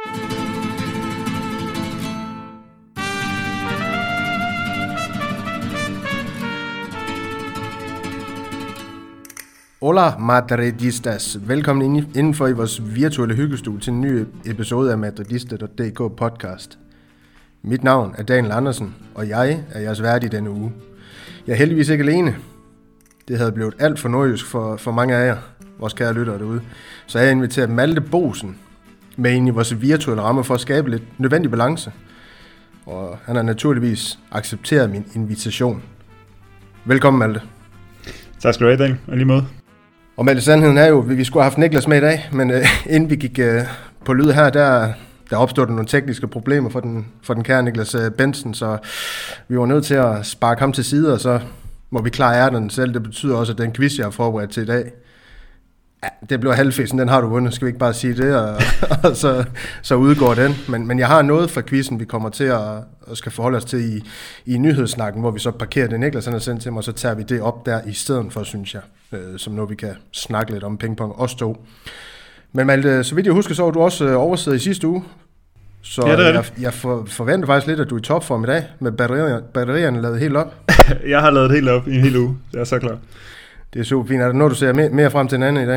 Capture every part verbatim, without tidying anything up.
Hola Madridistas. Velkommen indenfor i vores virtuelle hyggestue til en ny episode af Madridista punktum d k podcast. Mit navn er Daniel Andersen, og jeg er jeres vært i denne uge. Jeg er heldigvis ikke alene. Det havde blevet alt for nordjysk for, for mange af jer, vores kære lyttere derude. Så jeg har inviteret Malte Boesen med ind i vores virtuelle ramme for at skabe lidt nødvendig balance. Og han har naturligvis accepteret min invitation. Velkommen, Malte. Tak skal du have, Daniel. Og lige måde. Og Malte, sandheden er jo, at vi skulle have haft Niklas med i dag, men øh, inden vi gik øh, på lyd her, der, der opstod nogle tekniske problemer for den, for den kære Niklas øh, Benson, så vi var nødt til at sparke ham til side, og så må vi klare ærterne selv. Det betyder også, at den quiz, jeg har forberedt til i dag, ja, det bliver halvfisen, den har du vundet, skal vi ikke bare sige det, og, og så, så udgår den. Men, men jeg har noget fra quizzen, vi kommer til at, at skal forholde os til i, i nyhedssnakken, hvor vi så parkerer det, Niklas han har sendt til mig, og så tager vi det op der i stedet for, synes jeg, øh, som noget vi kan snakke lidt om pingpong, os to. Men Malte, så vidt jeg husker, så var du også øh, oversiddet i sidste uge, så ja, jeg, jeg for, forventer faktisk lidt, at du er i topform i dag, med batterierne, batterierne lavet helt op. Jeg har lavet helt op i en hel uge, det er så klar. Det er super fint. Er der noget, du ser mere, mere frem til en anden i dag?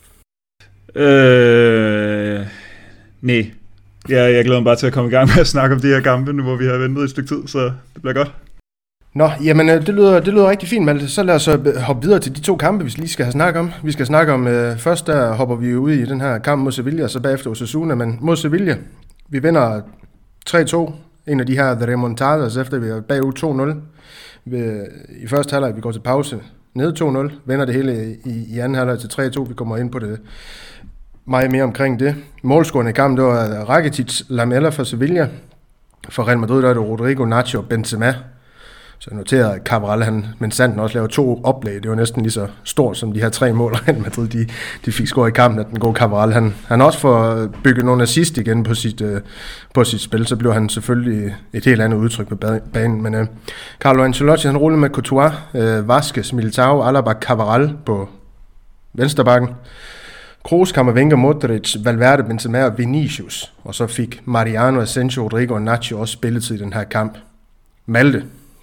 Øh, nej. Jeg, jeg glæder mig bare til at komme i gang med at snakke om de her kampe, nu hvor vi har ventet et stykke tid, så det bliver godt. Nå, jamen det lyder, det lyder rigtig fint, Malte. Så lad os hoppe videre til de to kampe, vi lige skal have snakket om. Vi skal snakke om, øh, først der hopper vi ud i den her kamp mod Sevilla, og så bagefter Osasuna, men mod Sevilla. Vi vinder tre to, en af de her The Remontadas, efter vi er bagud to nul. I første halvleg, vi går til pause. Nede to nul, vender det hele i, i anden halvleg til tre to. Vi kommer ind på det meget mere omkring det. Målscorerne i kampen, det var Rakitic, Lamela for Sevilla. For Real Madrid, der er det Rodrigo, Nacho og Benzema. Så jeg noterede, at Cabral, han, men Sanden også laver to oplæg. Det var næsten lige så stort som de her tre mål, Real Madrid de, de fik scoret i kampen, at den gode Cabral. Han, han også får bygget nogle assist igen på sit, uh, på sit spil, så blev han selvfølgelig et helt andet udtryk på banen. Men uh, Carlo Ancelotti, han rullede med Courtois, uh, Vázquez, Militao, Alaba, Cabral på venstrebakken. Kroos, Camavinga, Modric, Valverde, Benzema og Vinicius. Og så fik Mariano, Asensio, Rodrigo og Nacho også spilletid i den her kamp. Malte.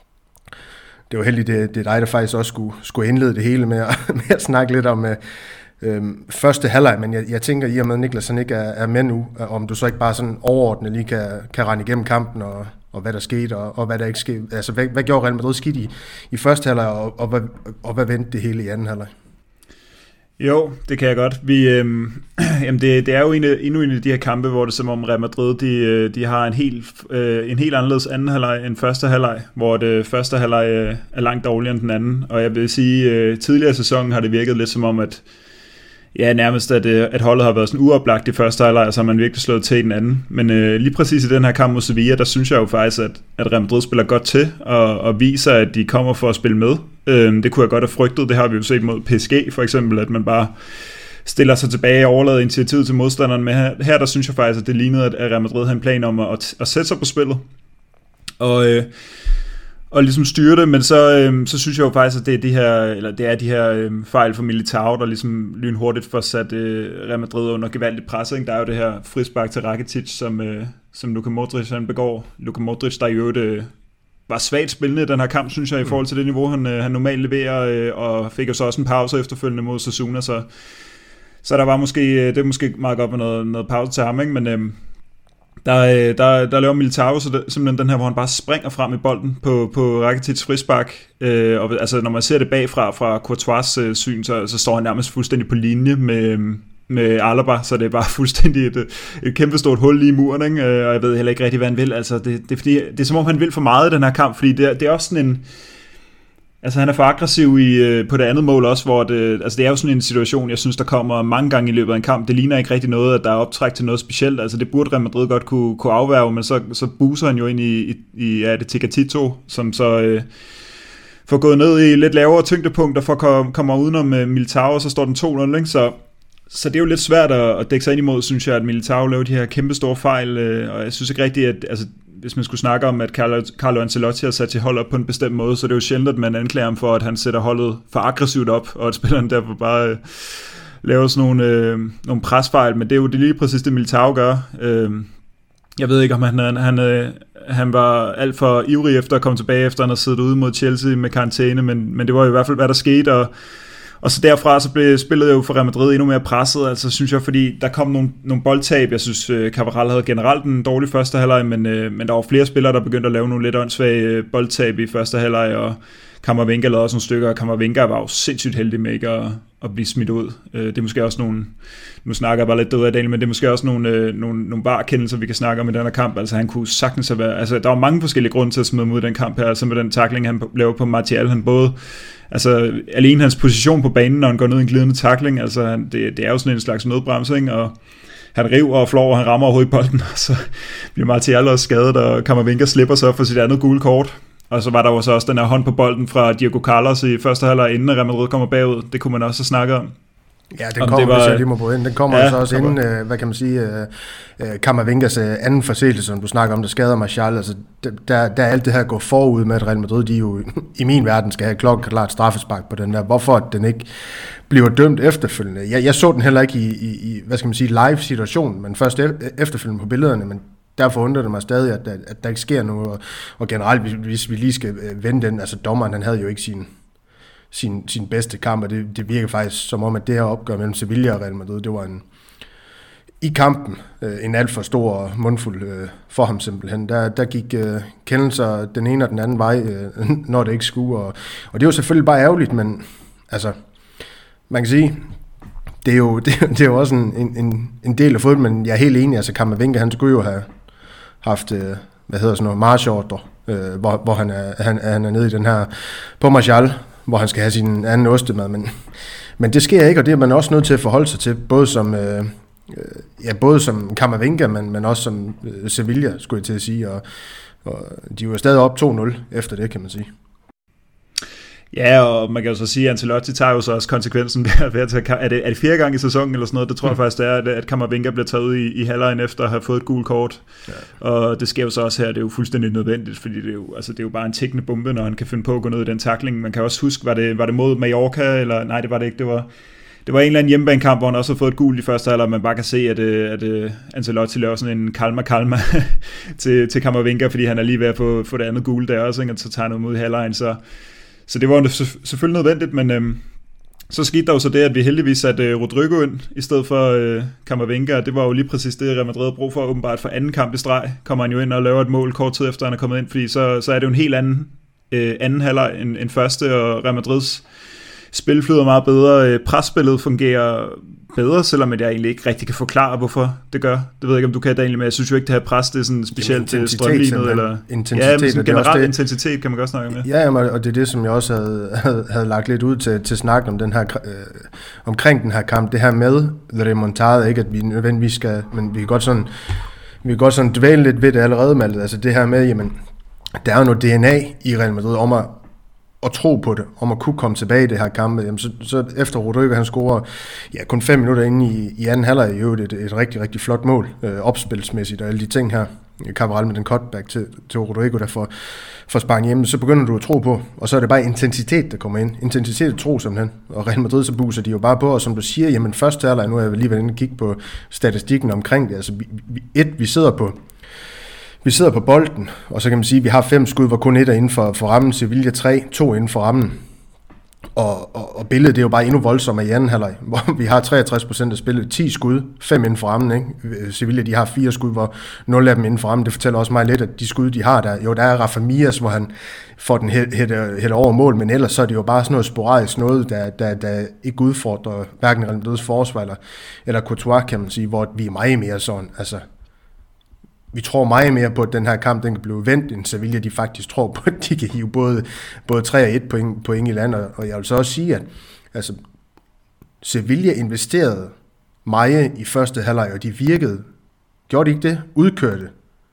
Det var heldigt, det, det er dig, der faktisk også skulle, skulle indlede det hele med at, med at snakke lidt om øh, øh, første halvleg, men jeg, jeg tænker, i og med Niklas han ikke er, er med nu, om du så ikke bare sådan overordnet lige kan, kan rende igennem kampen, og, og hvad der skete, og, og hvad der ikke skete. Altså, hvad, hvad gjorde Real Madrid skidt i, i første halvleg, og, og, hvad, og hvad vendte det hele i anden halvleg? Jo, det kan jeg godt. Vi, øh, jamen det, det er jo en af, endnu en af de her kampe, hvor det som om Real Madrid, de, de har en helt, øh, en helt anderledes anden halvleg end første halvleg, hvor det første halvleg øh, er langt dårligere end den anden. Og jeg vil sige, øh, tidligere i sæsonen har det virket lidt som om, at ja, nærmest at, at holdet har været sådan uoplagt i første halvleg, og så har man virkelig slået til i den anden. Men øh, lige præcis i den her kamp mod Sevilla, der synes jeg jo faktisk, at, at Real Madrid spiller godt til, og, og viser, at de kommer for at spille med. Øh, det kunne jeg godt have frygtet, det har vi jo set mod P S G for eksempel, at man bare stiller sig tilbage og overlader initiativet til modstanderen. Men her, her der synes jeg faktisk, at det lignede, at Real Madrid havde en plan om at, at, at sætte sig på spillet. Og... Øh, og ligesom styre det, men så, øhm, så synes jeg jo faktisk, at det er de her, eller det er de her øhm, fejl for Militao, der ligesom lynhurtigt får sat øh, Real Madrid under gevaldigt pres. Der er jo det her frispark til Rakitic, som, øh, som Luka Modric han begår. Luka Modric, der i øvrigt øh, var svagt spillende i den her kamp, synes jeg, i forhold til det niveau, han, øh, han normalt leverer, øh, og fik jo så også en pause efterfølgende mod Osasuna, så, så der var måske, det er måske meget godt med noget, noget pause til ham, ikke? Men... Øh, Der, der, der laver Militao så det, simpelthen den her, hvor han bare springer frem i bolden på, på Rakitic frispark. Øh, og altså, når man ser det bagfra fra Courtois øh, syn, så, så står han nærmest fuldstændig på linje med, med Alaba, så det er bare fuldstændig et, et kæmpestort hul lige i muren, ikke? Øh, og jeg ved heller ikke rigtig, hvad han vil. Altså, det, det, er fordi, det er som om, han vil for meget i den her kamp, fordi det, det er også sådan en... Altså han er for aggressiv i, på det andet mål også, hvor det, altså det er jo sådan en situation, jeg synes, der kommer mange gange i løbet af en kamp. Det ligner ikke rigtig noget, at der er optræk til noget specielt. Altså det burde Real Madrid godt kunne, kunne afværge, men så, så buser han jo ind i, i, i ja, det Tecatito, som så øh, får gået ned i lidt lavere tyngdepunkter, for at komme udenom øh, Militao, og så står den to nul, ikke? Så, så det er jo lidt svært at, at dække sig ind imod, synes jeg, at Militao laver de her kæmpe store fejl, øh, og jeg synes ikke rigtigt, at... Altså, hvis man skulle snakke om, at Carlo, Carlo Ancelotti har sat til hold op på en bestemt måde, så det er jo sjældent, at man anklager ham for, at han sætter holdet for aggressivt op, og at spilleren derfor bare, laver sådan nogle, øh, nogle presfejl, men det er jo det lige præcis det Militao gør. Øh, jeg ved ikke, om han, han, han, øh, han var alt for ivrig efter at komme tilbage, efter han havde siddet ude mod Chelsea med karantæne, men, men det var jo i hvert fald, hvad der skete, og Og så derfra så blev spillet jo for Real Madrid endnu mere presset, altså synes jeg, fordi der kom nogle, nogle boldtab. Jeg synes, Cabral havde generelt en dårlig første halvleg, men, men der var flere spillere, der begyndte at lave nogle lidt åndssvage boldtab i første halvleg, og Camavinga lavede også nogle stykker, og Camavinga var jo sindssygt heldig med ikke at, at blive smidt ud. Det er måske også nogle, nu snakker jeg bare lidt død af Daniel, men det er måske også nogle, nogle, nogle barkendelser, vi kan snakke om i den her kamp. Altså han kunne sagtens have været, altså der var mange forskellige grunde til at smide mod den kamp her, altså med den tackling, han laver på Martial, han både altså alene hans position på banen, når han går ned i en glidende tackling, altså han, det, det er jo sådan en slags nødbremsing, og han river og flår, og han rammer overhovedet i bolden, og så bliver Martial også skadet, og Camavinga slipper så for sit andet gule kort. Og så var der jo så også den her hånd på bolden fra Diego Carlos i første halvleg, inden Real Madrid kommer bagud. Det kunne man også snakke om. Ja, den kommer, var, hvis jeg lige må på ind. Den kommer ja, så også inden, øh, hvad kan man sige, øh, Camavingas øh, anden forseelse, som du snakker om, der skader Martial. Altså, der, der er alt det her går forud med, at Real Madrid, de jo i min verden skal have klokkeklart straffespark på den der. Hvorfor den ikke bliver dømt efterfølgende? Jeg, jeg så den heller ikke i, i, i hvad skal man sige, live-situationen, men først efterfølgende på billederne, men derfor undrer det mig stadig, at, at, at der ikke sker noget, og, og generelt, hvis vi lige skal vende den, altså dommeren, han havde jo ikke sin, sin, sin bedste kamp, og det, det virker faktisk som om, at det her opgør mellem Sevilla og Real Madrid, det var en, i kampen øh, en alt for stor mundfuld øh, for ham simpelthen. Der, der gik øh, kendelser den ene og den anden vej, øh, når det ikke skulle, og, og det var selvfølgelig bare ærgerligt, men altså, man kan sige, det er jo, det, det er jo også en, en, en del af fodbold, men jeg er helt enig, altså Camavinga, han skulle jo have haft, øh, hvad hedder sådan noget, marchordre, øh, hvor, hvor han, er, han, han er nede i den her, på Martial, hvor han skal have sin anden ostemad, men, men det sker ikke, og det er man også nødt til at forholde sig til, både som, øh, ja, både som Camavinga, men, men også som øh, Sevilla, skulle jeg til at sige, og, og de var stadig op to nul efter det, kan man sige. Ja, og man kan jo så sige, at Ancelotti tager jo så også konsekvensen ved at tage, er det, er det fjerde gang i sæsonen eller sådan noget, det tror jeg faktisk det er, at Camavinga bliver taget ud i, i halvlejen efter at have fået et gult kort, ja. Og det sker jo så også her, det er jo fuldstændig nødvendigt, fordi det er jo, altså det er jo bare en tikkende bombe, når han kan finde på at gå ned i den tackling. Man kan også huske, var det, var det mod Mallorca, eller nej, det var det ikke, det var, det var en eller anden hjemmebanekamp, hvor han også har fået et gult i første halvleg, og man bare kan se, at, at Ancelotti laver sådan en kalma-kalma til, til Camavinga, fordi han er lige ved at få, få det andet gule der også, ikke? Og så tager han noget mod i halvlejen, så Så det var jo selvfølgelig nødvendigt, men øhm, så skete der jo så det, at vi heldigvis satte øh, Rodrigo ind, i stedet for øh, Camavinga, og det var jo lige præcis det, Real Madrid brug for, åbenbart for anden kamp i streg, kommer han jo ind og laver et mål kort tid efter, han er kommet ind, fordi så, så er det jo en helt anden, øh, anden halvleg end, end første, og Real Madrids spil flyder meget bedre, øh, presspillet fungerer bedre, selvom jeg egentlig ikke rigtig kan forklare, hvorfor det gør. Det ved jeg ikke, om du kan, Daniel, men jeg synes jo ikke, det her pres, det er sådan specielt til strømlignet, eller intensitet, ja, men sådan generelt det, intensitet kan man godt snakke med. Ja, og det er det, som jeg også havde, havde, havde lagt lidt ud til, til snakken om den her, øh, omkring den her kamp, det her med the remontada, ikke at vi nødvendigvis skal, men vi kan godt sådan, vi kan godt sådan dvæle lidt ved det allerede, Malte, altså det her med, jamen, der er jo noget D N A i Real Madrid om at og tro på det, om at kunne komme tilbage i det her kamp. Jamen, så, så efter Rodrigo, han scorer ja, kun fem minutter inde i, i anden halvleg, jo, det er et rigtig, rigtig flot mål, øh, opspilsmæssigt og alle de ting her. Cabral med den cutback til, til Rodrigo, der får, får sparket hjemme, så begynder du at tro på, og så er det bare intensitet, der kommer ind. Intensitet og tro simpelthen, og Real Madrid, så buser de jo bare på, og som du siger, jamen første halvleg, nu er jeg lige ved at kigge på statistikken omkring det, altså vi, et, vi sidder på Vi sidder på bolden, og så kan man sige, at vi har fem skud, hvor kun et er inden for, for rammen. Sevilla tre, to inden for rammen. Og, og, og billedet det er jo bare endnu voldsommere i anden halvleg, hvor vi har treogtres procent af spillet, ti skud, fem inden for rammen. Ikke? Sevilla, de har fire skud, hvor nul af dem inden for rammen. Det fortæller også mig lidt, at de skud, de har der, jo der er Rafa Mias, hvor han får den hætter over mål, men ellers så er det jo bare sådan noget sporadisk noget, der, der, der ikke udfordrer hverken Real Madrids forsvar eller, eller Courtois, kan man sige, hvor vi er meget mere sådan, altså vi tror meget mere på, at den her kamp den kan blive vendt, end Sevilla de faktisk tror på, at de kan hive både, både tre og et point, point i land. Og jeg vil så også sige, at altså, Sevilla investerede meget i første halvleg, og de virkede, gjorde de ikke det, udkørte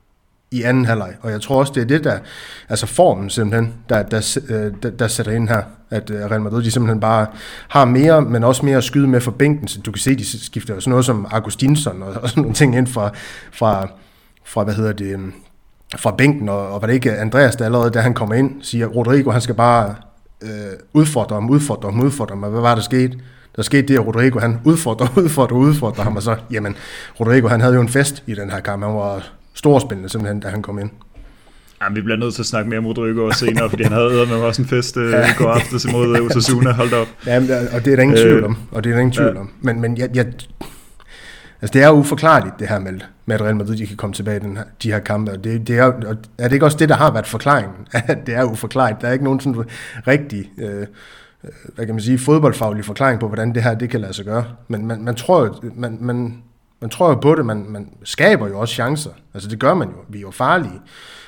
i anden halvleg. Og jeg tror også, det er det, der, altså formen simpelthen, der, der, der, der sætter ind her, at Real Madrid de simpelthen bare har mere, men også mere at skyde med for bænken. Så du kan se, de skifter sådan noget som Augustinsson og, og sådan nogle ting ind fra, fra fra, hvad hedder det, fra bænken, og, og var det ikke Andreas, der allerede, da han kommer ind, siger, Rodrigo, han skal bare øh, udfordre ham, udfordre ham, udfordre ham, og hvad var der sket? der skete det, at Rodrigo han udfordrer, udfordrer, udfordrer ham, og så, jamen, Rodrigo han havde jo en fest i den her kamp, han var storspillende simpelthen, da han kom ind. Ja, vi bliver nødt til at snakke mere om Rodrigo senere, fordi han havde med også en fest øh, i går aftes imod Osasuna, hold da op. Ja, og det er der ingen tvivl om, og det er der ingen tvivl ja. om. Men, men jeg, jeg, altså det er uforklarligt, det her med, med at Real Madrid de kan komme tilbage i den her, de her kampe. Og det, det er, og er det ikke også det, der har været forklaringen? Det er uforklarligt. Der er ikke nogen sådan rigtig, øh, hvad kan man sige, fodboldfaglig forklaring på, hvordan det her det kan lade sig gøre. Men man, man tror jo, man, man, man tror jo på det, man, man skaber jo også chancer. Altså det gør man jo. Vi er jo farlige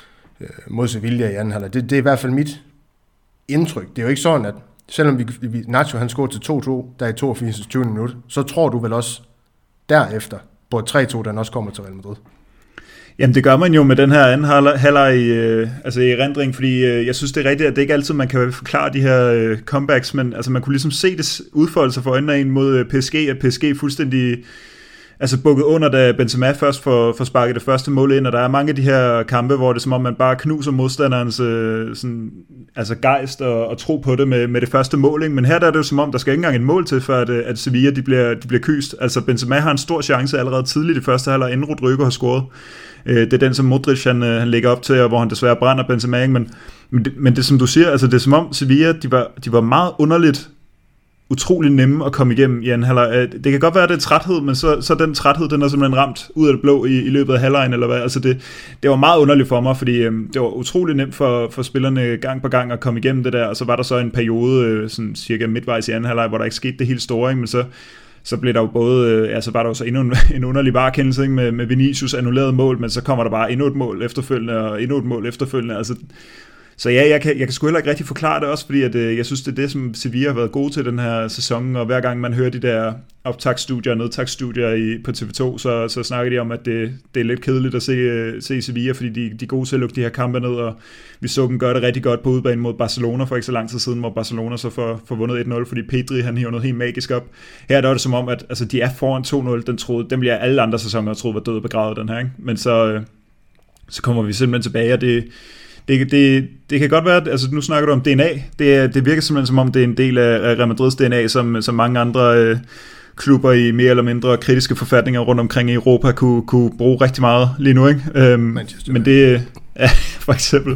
mod Sevilla i anden halvleg. Det, det er i hvert fald mit indtryk. Det er jo ikke sådan, at selvom vi, vi, Nacho han scorede til to to, der i toogfirs tyve minutter, så tror du vel også derefter på tre to, den også kommer til Real Madrid. Jamen det gør man jo med den her anden halvleg i, øh, altså i erindring, fordi øh, jeg synes det er rigtigt, at det ikke altid man kan forklare de her øh, comebacks, men altså man kunne ligesom se det udfolde sig for øjnene af en mod øh, P S G, at P S G fuldstændig altså bukket under, da Benzema først får, får sparket det første mål ind, og der er mange af de her kampe, hvor det er som om, man bare knuser modstanderens øh, sådan, altså gejst og, og tro på det med, med det første mål, ikke? Men her der er det jo som om, der skal ikke engang en mål til, for at, at Sevilla de bliver, de bliver kyst. Altså Benzema har en stor chance allerede tidligt i første halvleg, inden Rodrigo har scoret. Øh, det er den, som Modric han, han lægger op til, og hvor han desværre brænder Benzema, ikke? Men, men, det, men det som du siger, altså det er som om Sevilla, de var, de var meget underligt utrolig nemme at komme igennem i anden halvleg. Det kan godt være, at det er træthed, men så, så den træthed, den er simpelthen ramt ud af det blå i, i løbet af halvlegen, eller hvad. Altså det, det var meget underligt for mig, fordi øhm, det var utrolig nemt for, for spillerne gang på gang at komme igennem det der, og så var der så en periode, øh, sådan cirka midtvejs i anden halvleg, hvor der ikke skete det helt store, ikke? Men så, så blev der jo både, øh, altså var der jo så endnu en, en underlig varekendelse, ikke? Med, med Vinicius annulleret mål, men så kommer der bare endnu et mål efterfølgende, og endnu et mål efterfølgende, altså. Så ja, jeg kan, jeg kan sgu heller ikke rigtig forklare det også, fordi at, øh, jeg synes, det er det, som Sevilla har været gode til den her sæson, og hver gang man hører de der optagsstudier og nedtagsstudier i, på T V to, så, så snakker de om, at det, det er lidt kedeligt at se, øh, se Sevilla, fordi de, de er gode til at lukke de her kampe ned, og vi så dem gøre det rigtig godt på udebane mod Barcelona for ikke så lang tid siden, hvor Barcelona så får, får vundet et nul, fordi Pedri han hiver noget helt magisk op. Her der er det som om, at altså, de er foran to nul, den troede, dem bliver alle andre sæsoner troede var død og begravet, den her, ikke? Men så, øh, så kommer vi simpelthen tilbage, og det Det, det, det kan godt være, altså nu snakker du om D N A, det, det virker simpelthen som om det er en del af Real Madrids D N A, som, som mange andre øh, klubber i mere eller mindre kritiske forfatninger rundt omkring i Europa kunne, kunne bruge rigtig meget lige nu, ikke? Øhm, men det, ja, for eksempel.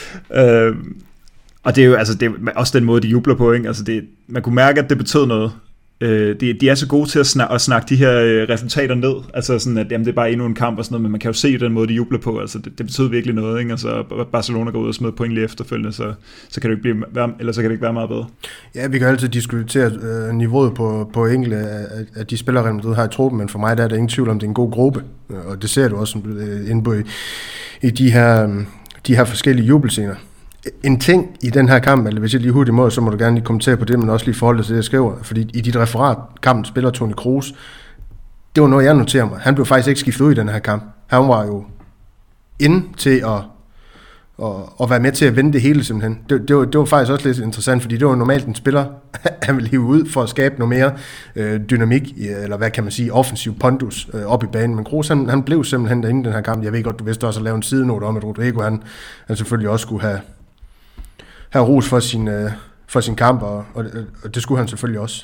Øhm, og det er jo altså, det er også den måde, de jubler på, ikke? Altså det, man kunne mærke, at det betød noget. Øh, de, de er så gode til at, snak, at snakke de her øh, resultater ned, altså sådan at jamen, det er bare endnu en kamp og sådan noget, men man kan jo se den måde de jubler på, altså det, det betyder virkelig noget, ikke? Altså Barcelona går ud og smider point lige efterfølgende, så, så kan det ikke blive være, eller så kan det ikke være meget bedre. Ja, vi kan altid diskutere øh, niveauet på, på enkelte af, af de spillere, Real Madrid har i truppen, men for mig der er der ingen tvivl om, det er en god gruppe, og det ser du også øh, inde på i, i de her, de her forskellige jubelscener. En ting i den her kamp, eller hvis jeg lige hurtigt må, så må du gerne lige kommentere på det, men også lige forholde dig til det, jeg skriver. Fordi i dit referat, kampen spiller Toni Kroos, det var noget, jeg noterer mig. Han blev faktisk ikke skiftet ud i den her kamp. Han var jo inde til at, at, at være med til at vende det hele simpelthen. Det, det, var, det var faktisk også lidt interessant, fordi det var normalt en spiller, han ville hive ud for at skabe noget mere øh, dynamik, eller hvad kan man sige, offensiv pondus øh, op i banen. Men Kroos, han, han blev simpelthen derinde i den her kamp. Jeg ved godt, du vidste også at lave en sidenote om, at Rodrigo, han, han selvfølgelig også skulle have have ros for sin, øh, for sin kamp, og, og, og det skulle han selvfølgelig også.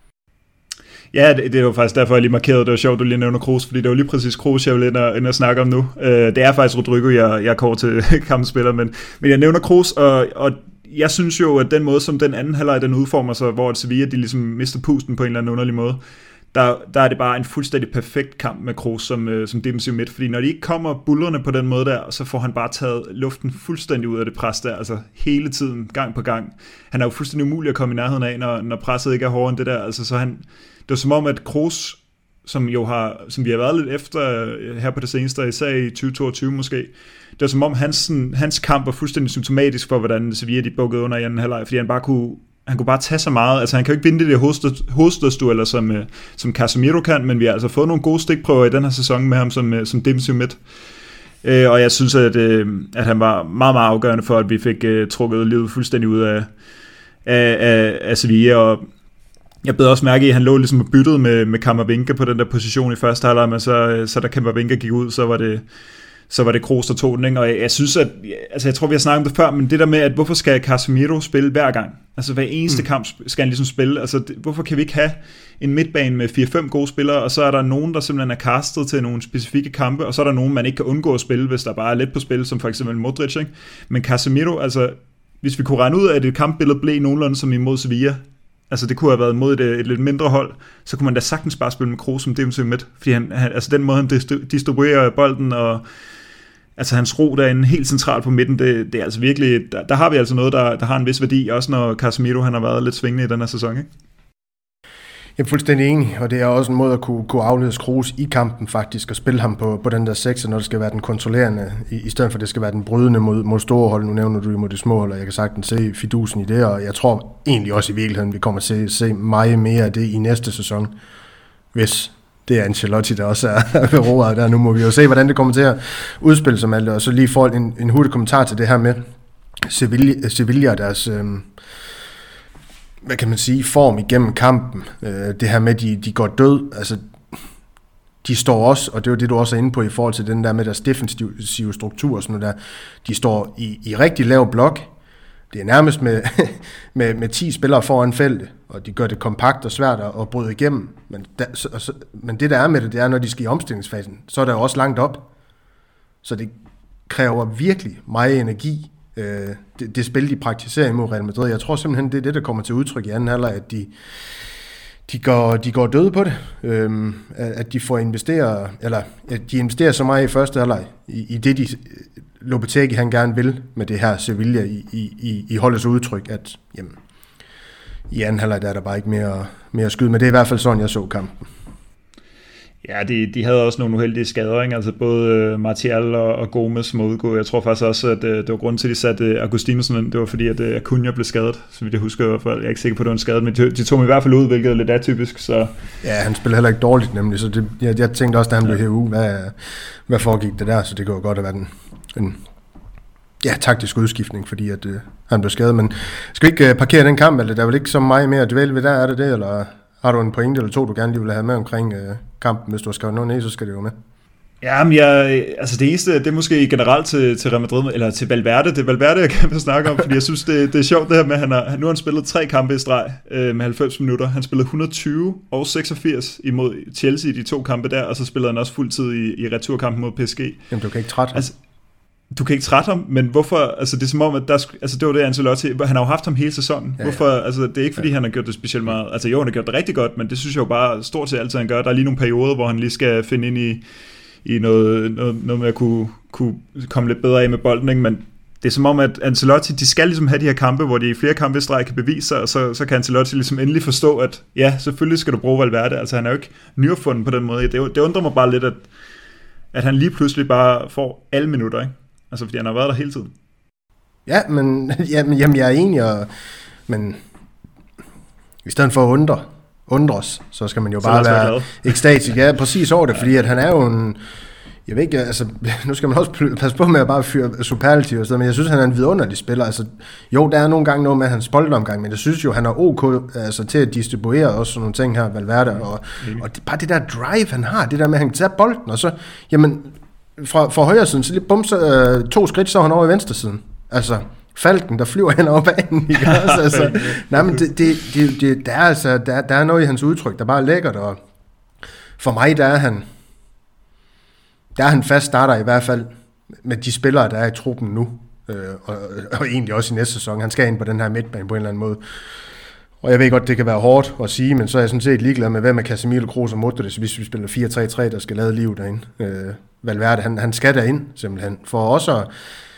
Ja, det, det var faktisk derfor, jeg lige markerede, det var sjovt, du lige nævner Kroos, fordi det var lige præcis Kroos, jeg vil ind og, ind og snakke om nu. Uh, det er faktisk Rodrigo, jeg, jeg går til kampspiller, men, men jeg nævner Kroos, og, og jeg synes jo, at den måde, som den anden halvleg, den udformer sig, hvor Sevilla, de ligesom mister pusten på en eller anden underlig måde, Der, der er det bare en fuldstændig perfekt kamp med Kroos som, øh, som defensiv midt, fordi når de ikke kommer bullerne på den måde der, så får han bare taget luften fuldstændig ud af det pres der, altså hele tiden, gang på gang. Han er jo fuldstændig umulig at komme i nærheden af, når, når presset ikke er hårdere end det der, altså så han, det var som om, at Kroos, som jo har, som vi har været lidt efter her på det seneste, især i tyve toogtyve måske, det var som om hans, hans kamp var fuldstændig symptomatisk for, hvordan Sevilla de bukkede under i anden halvleg, fordi han bare kunne Han kunne bare tage så meget, altså han kan jo ikke vinde de der hovedstødsdueller, som, som Casemiro kan, men vi har altså fået nogle gode stikprøver i den her sæson med ham som, som defensiv midt. Og jeg synes, at, at han var meget, meget afgørende for, at vi fik trukket livet fuldstændig ud af, af, af, af Sevilla, og jeg bed også mærke i, at han lå ligesom og byttede med, med Camavinga på den der position i første halvleg, men så, så da Camavinga gik ud, så var det så var det Kroos, der tog den, ikke? Og jeg, jeg synes, at, altså jeg tror, vi har snakket om det før, men det der med, at hvorfor skal Casemiro spille hver gang? Altså hver eneste mm. kamp skal han ligesom spille. Altså det, hvorfor kan vi ikke have en midtbane med fire fem gode spillere, og så er der nogen, der simpelthen er castet til nogle specifikke kampe, og så er der nogen, man ikke kan undgå at spille, hvis der bare er lidt på spil, som for eksempel Modric, ikke? Men Casemiro, altså hvis vi kunne regne ud af, at et kampbillede blev nogenlunde som imod Sevilla, altså det kunne have været mod et, et lidt mindre hold, så kunne man da sagtens bare spille med Kroos som defensiv midt, fordi han, han, altså den måde, han distribuerer bolden, og altså hans ro derinde helt centralt på midten, det, det er altså virkelig, der, der har vi altså noget, der, der har en vis værdi, også når Casemiro han har været lidt svingende i den her sæson, ikke? Jeg er fuldstændig enig, og det er også en måde at kunne, kunne aflede Kroos i kampen faktisk, og spille ham på, på den der sekser, når det skal være den kontrollerende, i, i stedet for at det skal være den brydende mod, mod store hold. Nu nævner du mod de små hold, og jeg kan sagtens se fidusen i det, og jeg tror egentlig også i virkeligheden, vi kommer til at se meget mere af det i næste sæson, hvis det er Ancelotti, der også er ved roret der. Nu må vi jo se, hvordan det kommer til at udspille sig med det, og så lige få en, en hurtig kommentar til det her med Sevilla, Sevilla deres... Øh, hvad kan man sige, form igennem kampen, øh, det her med, de, de går død, altså, de står også, og det er jo det, du også er inde på i forhold til den der med deres defensive struktur og sådan noget der, de står i, i rigtig lav blok, det er nærmest med, med, med ti spillere foran feltet, og de gør det kompakt og svært at, at bryde igennem, men, der, så, så, men det der er med det, det er, når de skal i omstillingsfasen, så er der jo også langt op, så det kræver virkelig meget energi, Det, det spil, de praktiserer imod Real Madrid. Jeg tror simpelthen, det er det, der kommer til udtryk i anden halvleg, at de, de, går, de går døde på det. Øhm, at de får investeret, eller at de investerer så meget i første halvleg, i, i det, de Lopetegui han gerne vil med det her Sevilla i, i, i holdets udtryk, at jamen, i anden halvleg der er der bare ikke mere, mere at skyde, men det er i hvert fald sådan, jeg så kampen. Ja, de, de havde også nogle uheldige skader, ikke? Altså både Martial og, og Gomes må udgå. Jeg tror faktisk også, at det var grunden til, at de satte Augustinsen ind. Det var fordi, at Acuna blev skadet, så vidt jeg husker i hvert fald. Jeg er ikke sikker på, at det var en skade, men de, de tog mig i hvert fald ud, hvilket er lidt atypisk. Så. Ja, han spiller heller ikke dårligt nemlig, så det, jeg, jeg tænkte også, da han blev hævet ud, hvad, hvad foregik det der, så det kunne jo godt have været en, en ja, taktisk udskiftning, fordi at, uh, han blev skadet. Men skal vi ikke uh, parkere den kamp, eller der er vel ikke så meget mere at dvæle ved der, er det det, eller... Har du en pointe eller to, du gerne lige vil have med omkring øh, kampen? Hvis du har skrevet noget ned, så skal det jo med. Ja, men jeg, altså det eneste, det er måske generelt til, til Real Madrid, eller til Valverde. Det er Valverde, jeg kan snakke om, fordi jeg synes, det, det er sjovt det her med, at han har, nu har han spillet tre kampe i streg øh, med halvfems minutter. Han spillede et hundrede og tyve og seksogfirs imod Chelsea i de to kampe der, og så spillede han også fuldtid i, i returkampen mod P S G. Jamen, du kan ikke trætte ham. Altså, du kan ikke trætte ham, men hvorfor, altså det er som om, at der, altså det var det Ancelotti, han har jo haft ham hele sæsonen, ja, ja. Hvorfor, altså det er ikke fordi, ja. Han har gjort det specielt meget, altså jo, han har gjort det rigtig godt, men det synes jeg jo bare stort set altid, han gør. Der er lige nogle perioder, hvor han lige skal finde ind i, i noget, noget, noget med at kunne, kunne komme lidt bedre af med bolden, ikke? Men det er som om, at Ancelotti, de skal ligesom have de her kampe, hvor de i flere kampe i streg kan bevise sig, og så, så kan Ancelotti ligesom endelig forstå, at ja, selvfølgelig skal du bruge Valverde, altså han er jo ikke nyopfundet på den måde. Det, det undrer mig bare lidt, at, at han lige pludselig bare får alle minutter, ikke? Altså, fordi han har været der hele tiden. Ja, men jamen, jamen, jeg er enig, og, men i stedet for at undre, undres, så skal man jo bare være ekstatisk. Ja, præcis over det, fordi at han er jo en, jeg ved ikke, altså, nu skal man også passe på med at bare fyre superlativ og sådan, men jeg synes, han er en vidunderlig spiller. Altså, jo, der er nogle gange noget med hans boldomgang, men jeg synes jo, han er ok altså, til at distribuere også sådan nogle ting her, Valverde, og, og det, bare det der drive, han har, det der med, at han kan tage bolden, og så, jamen, fra, fra højre siden, så lige bum, så, øh, to skridt, så er han over i venstre siden. Altså, Falken, der flyver hen over banen, ikke også? Altså, nej, men det, det, det, det, der, er altså, der, der er noget i hans udtryk, der bare er lækkert, og for mig, der er han, der er han fast starter i hvert fald med de spillere, der er i truppen nu, øh, og, og egentlig også i næste sæson. Han skal ind på den her midtbane på en eller anden måde. Og jeg ved godt, det kan være hårdt at sige, men så er jeg sådan set ligeglad med, hvem er Casemiro, Kroos og Modric, hvis vi spiller fire tre tre, der skal lade liv derinde. Øh, Valverde, han, han skal derind, simpelthen. For også at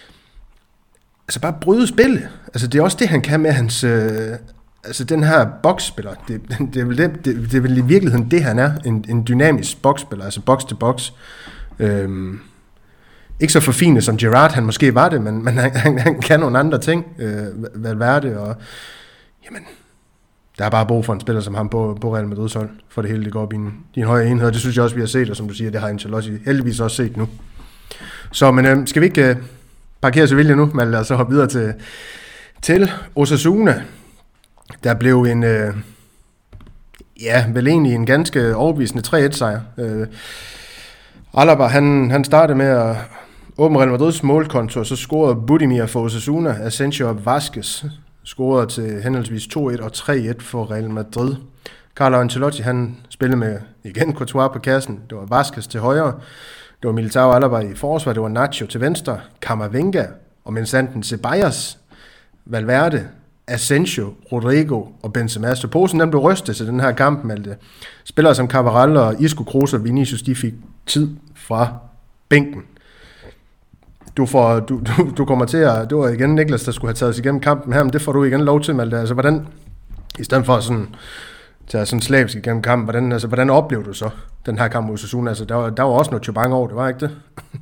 altså bare bryde spillet. Altså det er også det, han kan med hans, øh, altså den her boksspiller. Det, det, er vel det, det, det er vel i virkeligheden det, han er. En, en dynamisk boksspiller, altså boks til boks. Øhm, ikke så forfinet som Gerrard, han måske var det, men, men han, han, han kan nogle andre ting. Øh, Valverde og jamen, der er bare brug for en spiller som ham på, på Real Madrid's hold, for det hele det går op i en, i en højere enhed. Det synes jeg også, vi har set, og som du siger, det har Ancelotti heldigvis også set nu. Så, men øh, skal vi ikke øh, parkere Sevilla nu, Malte, og så hoppe videre til, til Osasuna. Der blev en, øh, ja, vel egentlig en ganske overbevisende tre et sejr. Øh, Alaba, han, han startede med at, åben Real Madrids målkonto, og så scorede Budimir for Osasuna, Asensio og Vázquez scorede til henholdsvis to et og tre et for Real Madrid. Carlo Ancelotti, han spillede med igen Courtois på kassen. Det var Vázquez til højre, det var Militao Alaba i forsvar, det var Nacho til venstre, Camavinga og Mensanten Ceballos, Valverde, Asensio, Rodrigo og Benzema. Så posen den blev rystet til den her kamp, Malte. Spillere som Cabral og Isco, Kroos og Vinicius, de fik tid fra bænken. Du, får, du, du, du kommer til at... Det var igen Niklas, der skulle have taget os igennem kampen her, men det får du igen lov til, Malte. Altså, hvordan... I stedet for sådan... tage sådan slavisk igennem kampen, hvordan, altså, hvordan oplever du så den her kamp mod Osasuna? Altså, der var, der var også noget tjubang over, det var ikke det?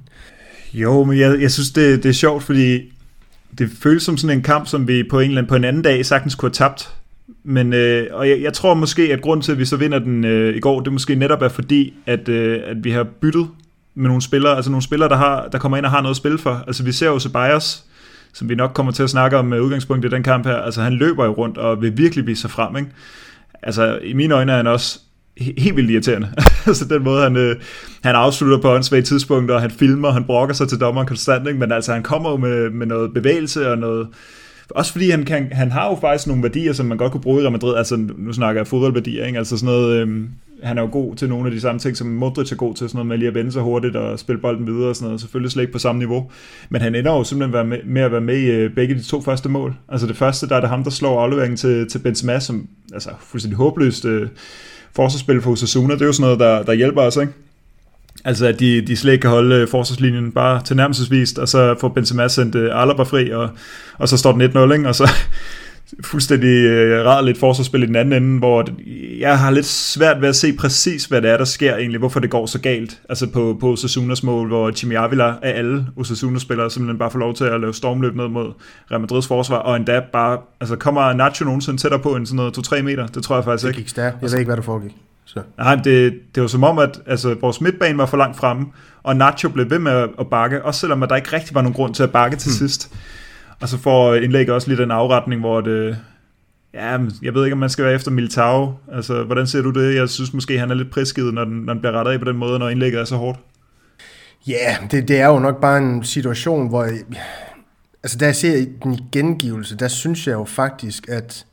Jo, men jeg, jeg synes, det, det er sjovt, fordi det føles som sådan en kamp, som vi på en eller anden, på en anden dag sagtens kunne have tabt. Men, øh, og jeg, jeg tror måske, at grunden til, at vi så vinder den øh, i går, det måske netop er fordi, at, øh, at vi har byttet med nogle spillere, altså nogle spillere, der, har, der kommer ind og har noget at spille for. Altså vi ser jo Ceballos, som vi nok kommer til at snakke om med udgangspunkt i den kamp her, altså han løber jo rundt og vil virkelig vise sig frem, ikke? Altså i mine øjne er han også helt vildt irriterende. Altså den måde, han, øh, han afslutter på åndssvage tidspunkter, og han filmer, han brokker sig til dommeren konstant, ikke? Men altså han kommer jo med, med noget bevægelse og noget... Også fordi han, kan, han har jo faktisk nogle værdier, som man godt kunne bruge i Real Madrid. Altså nu snakker jeg fodboldværdier, ikke? Altså sådan noget... Øh, han er jo god til nogle af de samme ting, som Modric er god til, sådan noget med lige at vende sig hurtigt og spille bolden videre og sådan noget. Selvfølgelig slet ikke på samme niveau. Men han ender jo simpelthen med, med at være med i begge de to første mål. Altså det første, der er det ham, der slår afleveringen til, til Benzema, som altså fuldstændig håbløst øh, forsvarsspil for Osasuna. Det er jo sådan noget, der, der hjælper os, ikke? Altså at de, de slet ikke kan holde forsvarslinjen bare tilnærmelsesvist, og så får Benzema sendt øh, Alaba fri, og, og så står den et nul, ikke? Og så... fuldstændig øh, rædderligt forsvarsspil i den anden ende, hvor jeg har lidt svært ved at se præcis, hvad det er, der sker egentlig, hvorfor det går så galt. Altså på, på Osasunas mål, hvor Jimmy Avila af alle Osasuna-spillere simpelthen bare får lov til at lave stormløb ned mod Real Madrids forsvar, og endda bare, altså kommer Nacho nogensinde tættere på end sådan noget to til tre meter? Det tror jeg faktisk ikke. Det gik stærkt. Jeg ved ikke, hvad der foregik. Så. Nej, det, det var som om, at altså, vores midtbane var for langt fremme, og Nacho blev ved med at bakke, også selvom at der ikke rigtig var nogen grund til at bakke til hmm. sidst. Og så får indlægget også lidt en afretning, hvor det... Ja, jeg ved ikke, om man skal være efter Militao. Altså, hvordan ser du det? Jeg synes måske, han er lidt prisgivet, når den, når den bliver rettet af på den måde, når indlægget er så hårdt. Ja, yeah, det, det er jo nok bare en situation, hvor... Jeg, altså, da jeg ser den gengivelse, der synes jeg jo faktisk, at...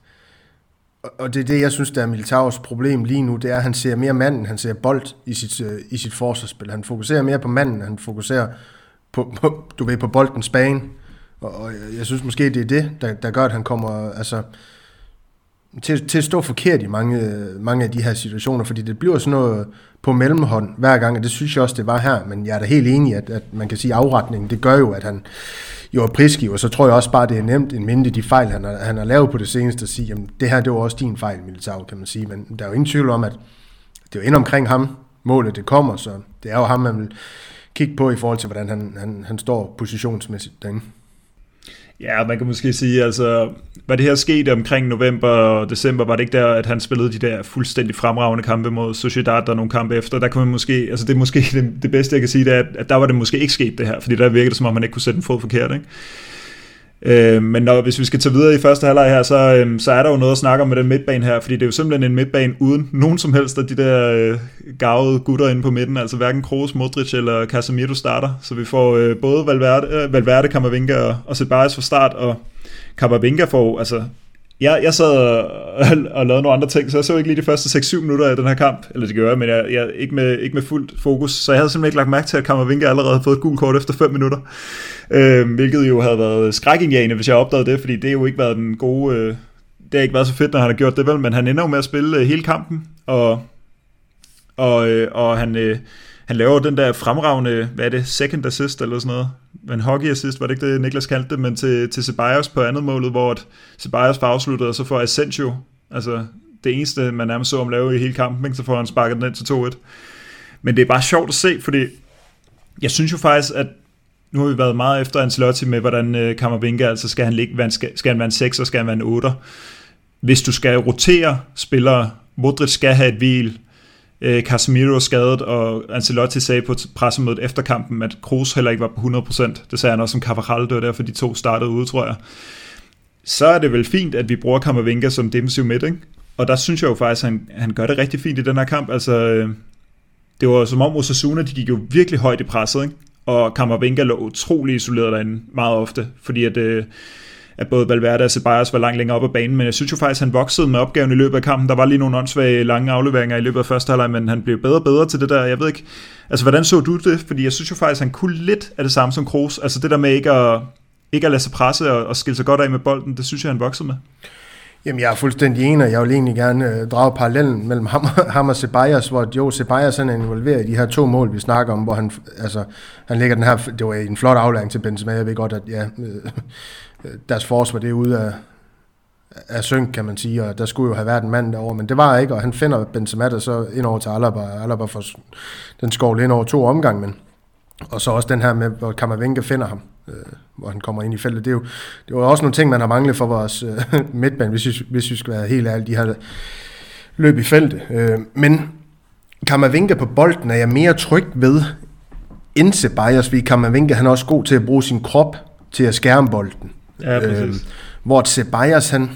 Og det er det, jeg synes, der er Militaos problem lige nu, det er, at han ser mere manden, han ser bold i sit, i sit forsvarsspil. Han fokuserer mere på manden, han fokuserer på, på, du ved, på boldens bane. Og jeg synes måske, det er det, der, der gør, at han kommer altså, til, til at stå forkert i mange, mange af de her situationer, fordi det bliver sådan noget på mellemhånd hver gang, og det synes jeg også, det var her, men jeg er da helt enig, at, at man kan sige, at afretningen, det gør jo, at han jo er prisgiver, og så tror jeg også bare, det er nemt en mindre de fejl, han har, han har lavet på det seneste, at sige, jamen det her, det var også din fejl, Militao, kan man sige, men der er jo ingen tvivl om, at det er jo ind omkring ham, målet det kommer, så det er jo ham, man vil kigge på i forhold til, hvordan han, han, han står positionsmæssigt derinde. Ja, man kan måske sige, altså, var det her sket omkring november og december, var det ikke der, at han spillede de der fuldstændig fremragende kampe mod Sociedad og nogle kampe efter, der kunne man måske, altså det er måske det, det bedste, jeg kan sige, det er, at der var det måske ikke sket det her, fordi der virkede det, som om man ikke kunne sætte en fod forkert, ikke? Øh, men når, hvis vi skal tage videre i første halvleg her, så, øh, så er der jo noget at snakke om med den midtbane her, fordi det er jo simpelthen en midtbane uden nogen som helst af de der øh, gavede gutter inde på midten, altså hverken Kroos, Modric eller Casemiro starter, så vi får øh, både Valverde, øh, Valverde, Camavinga og, og Ceballos fra start, og Camavinga får, altså jeg, jeg sad og, og lavede nogle andre ting, så jeg så ikke lige de første seks syv minutter af den her kamp, eller det gør jeg, men jeg, jeg, ikke, med, ikke med fuldt fokus, så jeg havde simpelthen ikke lagt mærke til, at Camavinga allerede havde fået et gult kort efter fem minutter, øh, hvilket jo havde været skrækindjagende, hvis jeg opdagede det, fordi det har jo ikke været den gode, øh, det har ikke været så fedt, når han har gjort det vel, men han ender jo med at spille øh, hele kampen, og, og, øh, og han... Øh, Han laver den der fremragende, hvad er det, second assist eller sådan noget. En hockey assist, var det ikke det, Niklas kaldte det, men til, til Ceballos på andet målet, hvor Ceballos får afsluttet, og så får Asensio, altså det eneste, man nærmest så om lave i hele kampen, ikke? Så får han sparket den ind til to et. Men det er bare sjovt at se, fordi jeg synes jo faktisk, at nu har vi været meget efter Ancelotti med, hvordan Camavinga, altså skal han ligge, skal, skal han være en seks, og skal han være en otter. Hvis du skal rotere spillere, Modric skal have et hvil, Casemiro er skadet, og Ancelotti sagde på pressemødet efter kampen, at Kroos heller ikke var på hundrede procent. Det sagde han også om Carvajal, det var derfor de to startede ude, tror jeg. Så er det vel fint, at vi bruger Camavinga som defensiv midt, ikke? Og der synes jeg jo faktisk, at han, han gør det rigtig fint i den her kamp. Altså, det var som om Osasuna, de gik jo virkelig højt i presset, ikke? og Camavinga lå utrolig isoleret derinde meget ofte, fordi at, øh, at både Valverde og Ceballos var langt længere op ad banen, men jeg synes jo faktisk, at han voksede med opgaven i løbet af kampen. Der var lige nogle åndssvage lange afleveringer i løbet af første halvleg, men han blev bedre og bedre til det der. Jeg ved ikke, altså hvordan så du det? Fordi jeg synes jo faktisk, at han kunne lidt af det samme som Kroos. Altså det der med ikke at, ikke at lade sig presse og, og skille sig godt af med bolden, det synes jeg, han voksede med. Jamen, jeg er fuldstændig enig, og jeg vil egentlig gerne øh, drage parallellen mellem ham, ham og Ceballos, hvor jo, Ceballos han er involveret i de her to mål, vi snakker om, hvor han, altså, han lægger den her, det var en flot aflæring til Benzema, jeg ved godt, at ja, øh, deres forsvar, det er ude af, af synk, kan man sige, og der skulle jo have været en mand derovre, men det var ikke, og han finder Benzema der så ind over til Alaba, Alaba får den skovle ind over to omgang, men og så også den her med, hvor Camavinga finder ham, øh, hvor han kommer ind i feltet. Det er jo, det var også nogle ting, man har manglet for vores øh, midtbane, hvis vi, hvis vi skal være helt ærlige, de her løb i feltet. Øh, men Camavinga på bolden er jeg mere tryg ved end Ceballos, fordi Camavinga han er også god til at bruge sin krop til at skærme bolden. Ja, præcis. Øh, hvor Ceballos, han,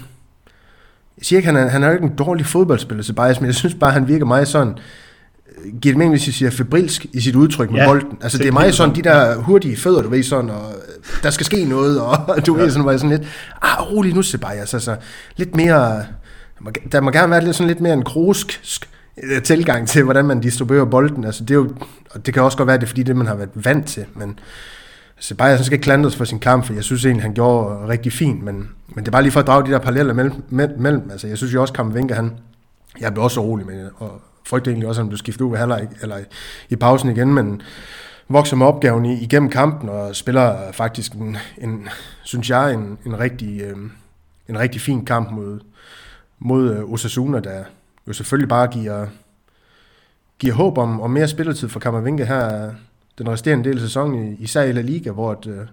jeg siger ikke, han er, han er jo ikke en dårlig fodboldspiller, Ceballos, men jeg synes bare, han virker meget sådan, giver det mening, hvis jeg siger febrilsk i sit udtryk med ja, bolden. Altså det er meget sådan, de der hurtige fødder, du ved sådan, og der skal ske noget, og du ja. ved sådan, hvor jeg sådan lidt, ah, rolig nu, Ceballos, altså lidt mere, der må gerne være lidt sådan lidt mere en krosk tilgang til, hvordan man distribuerer bolden. Altså det er jo, og det kan også godt være, det er fordi, det man har været vant til, men Ceballos, han skal ikke klandres for sin kamp, for jeg synes egentlig, han gjorde rigtig fint, men, men det er bare lige for at drage de der paralleller mellem, mellem. Altså jeg synes jo også, Camavinga, han, jeg blev også rolig med det, og frygter egentlig også, om du skifter ud ved halvleg eller i pausen igen, men vokser med opgaven igennem kampen og spiller faktisk en, en synes jeg, en, en, rigtig, øh, en rigtig fin kamp mod, mod Osasuna, der jo selvfølgelig bare giver, giver håb om, om mere spilletid for Camavinga her den resterende del af sæsonen, især i La Liga, hvor et, øh,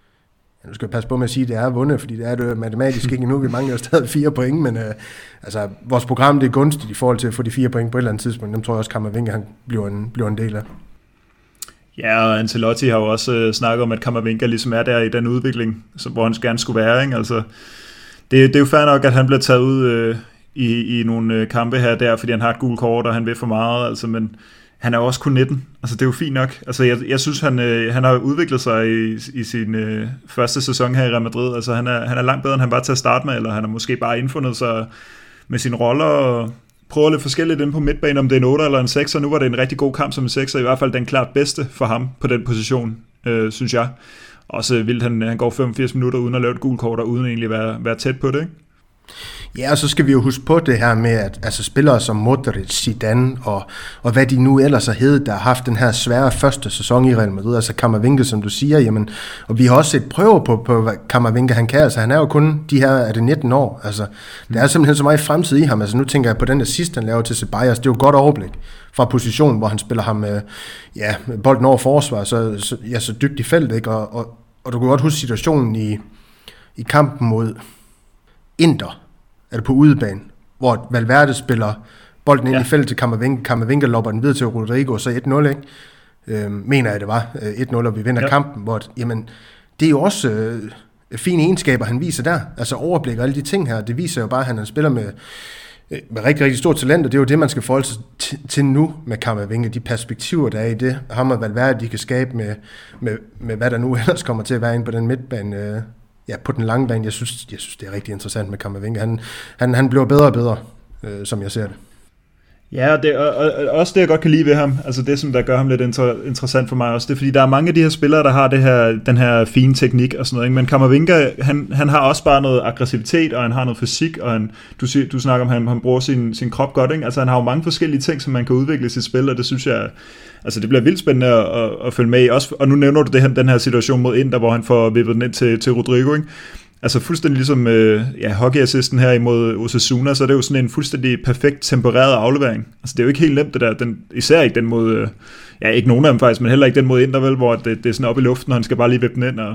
nu skal jeg passe på med at sige, at det er vundet, fordi det er det matematisk ikke endnu. Vi mangler jo stadig fire point, men øh, altså, vores program det er gunstigt i forhold til at få de fire point på et eller andet tidspunkt. Dem tror jeg også, Camavinga han bliver en, bliver en del af. Ja, og Ancelotti har jo også øh, snakket om, at Camavinga ligesom er der i den udvikling, som, hvor han gerne skulle være. Ikke? Altså, det, det er jo fair nok, at han bliver taget ud øh, i, i nogle øh, kampe her der, fordi han har et gult kort, og han vil for meget, altså, men han er jo også kun nitten, altså det er jo fint nok. Altså jeg, jeg synes, han, øh, han har udviklet sig i, i sin øh, første sæson her i Real Madrid. Altså han er, han er langt bedre, end han var til at starte med, eller han har måske bare indfundet sig med sine roller og prøver lidt forskelligt ind på midtbanen, om det er en otter eller en sekser. Nu var det en rigtig god kamp som en sekser, i hvert fald den klart bedste for ham på den position, øh, synes jeg. Også vildt, han, han går femogfirs minutter uden at lave et gult kort, og uden egentlig at være, være tæt på det, ikke? Ja, og så skal vi jo huske på det her med, at altså, spillere som Modric, Zidane og, og hvad de nu ellers har heddet, der har haft den her svære første sæson i Real Madrid, altså Camavinga, som du siger, jamen, og vi har også set prøver på, på hvad Camavinga han kan, altså han er jo kun de her, er det nitten år, altså der er simpelthen så meget fremtid i ham, altså nu tænker jeg på den assist, han laver til Ceballos, det er jo et godt overblik fra positionen, hvor han spiller ham, øh, ja, bolden over forsvar, så, så, ja, så dybt i feltet, ikke, og, og, og du kan godt huske situationen i, i kampen mod Inter, eller på udebane, hvor Valverde spiller bolden ind ja. i feltet til Camavinga, Camavinga lopper den videre til Rodrigo, så et nul, ikke? Øh, mener jeg, det var et nul, og vi vinder ja. kampen, hvor, jamen, det er jo også øh, fine egenskaber, han viser der, altså overblik og alle de ting her, det viser jo bare, at han spiller med, øh, med rigtig, rigtig stort talent, og det er jo det, man skal forholde sig t- til nu med Camavinga, de perspektiver, der er i det, ham og Valverde, de kan skabe med, med, med hvad der nu ellers kommer til at være inde på den midtbane, øh, ja, på den lange bane. Jeg synes, jeg synes, det er rigtig interessant med Camavinga. Han, han, han bliver bedre og bedre, øh, som jeg ser det. Ja, og, det, og, og også det, jeg godt kan lide ved ham, altså det, som der gør ham lidt inter, interessant for mig også, det er, fordi der er mange af de her spillere, der har det her, den her fine teknik og sådan noget, ikke? Men Camavinga, han, han har også bare noget aggressivitet, og han har noget fysik, og han, du, du snakker om, at han, han bruger sin, sin krop godt, ikke? Altså han har jo mange forskellige ting, som man kan udvikle i sit spil, og det synes jeg, altså det bliver vildt spændende at, at, at følge med i, også, og nu nævner du det her, den her situation mod Inter, hvor han får vippet den ind til, til Rodrigo, ikke? Altså fuldstændig ligesom øh, ja, hockeyassisten her imod Osasuna, så er det jo sådan en fuldstændig perfekt tempereret aflevering. Altså det er jo ikke helt nemt det der, den, især ikke den mod, øh, ja ikke nogen af dem faktisk, men heller ikke den mod Inter, vel, hvor det, det er sådan op i luften, og han skal bare lige vippe den ind. Og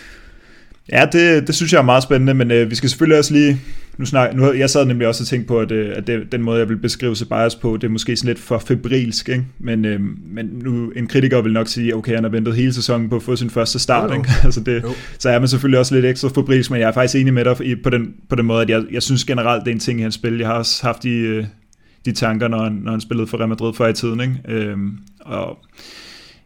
ja, det, det synes jeg er meget spændende, men øh, vi skal selvfølgelig også lige, nu snak, nu, jeg sad nemlig også og tænkte på, at, øh, at det, den måde, jeg vil beskrive Ceballos på, det er måske sådan lidt for febrilsk, ikke? Men, øh, men nu, en kritiker vil nok sige, okay, han har ventet hele sæsonen på at få sin første start, jo, jo. Ikke? Altså det, så er man selvfølgelig også lidt ekstra febrilsk, men jeg er faktisk enig med dig på den, på den måde, at jeg, jeg synes generelt, det er en ting i hans spil. Jeg har også haft de, øh, de tanker, når han, når han spillede for Real Madrid før i tiden, ikke? Øh, og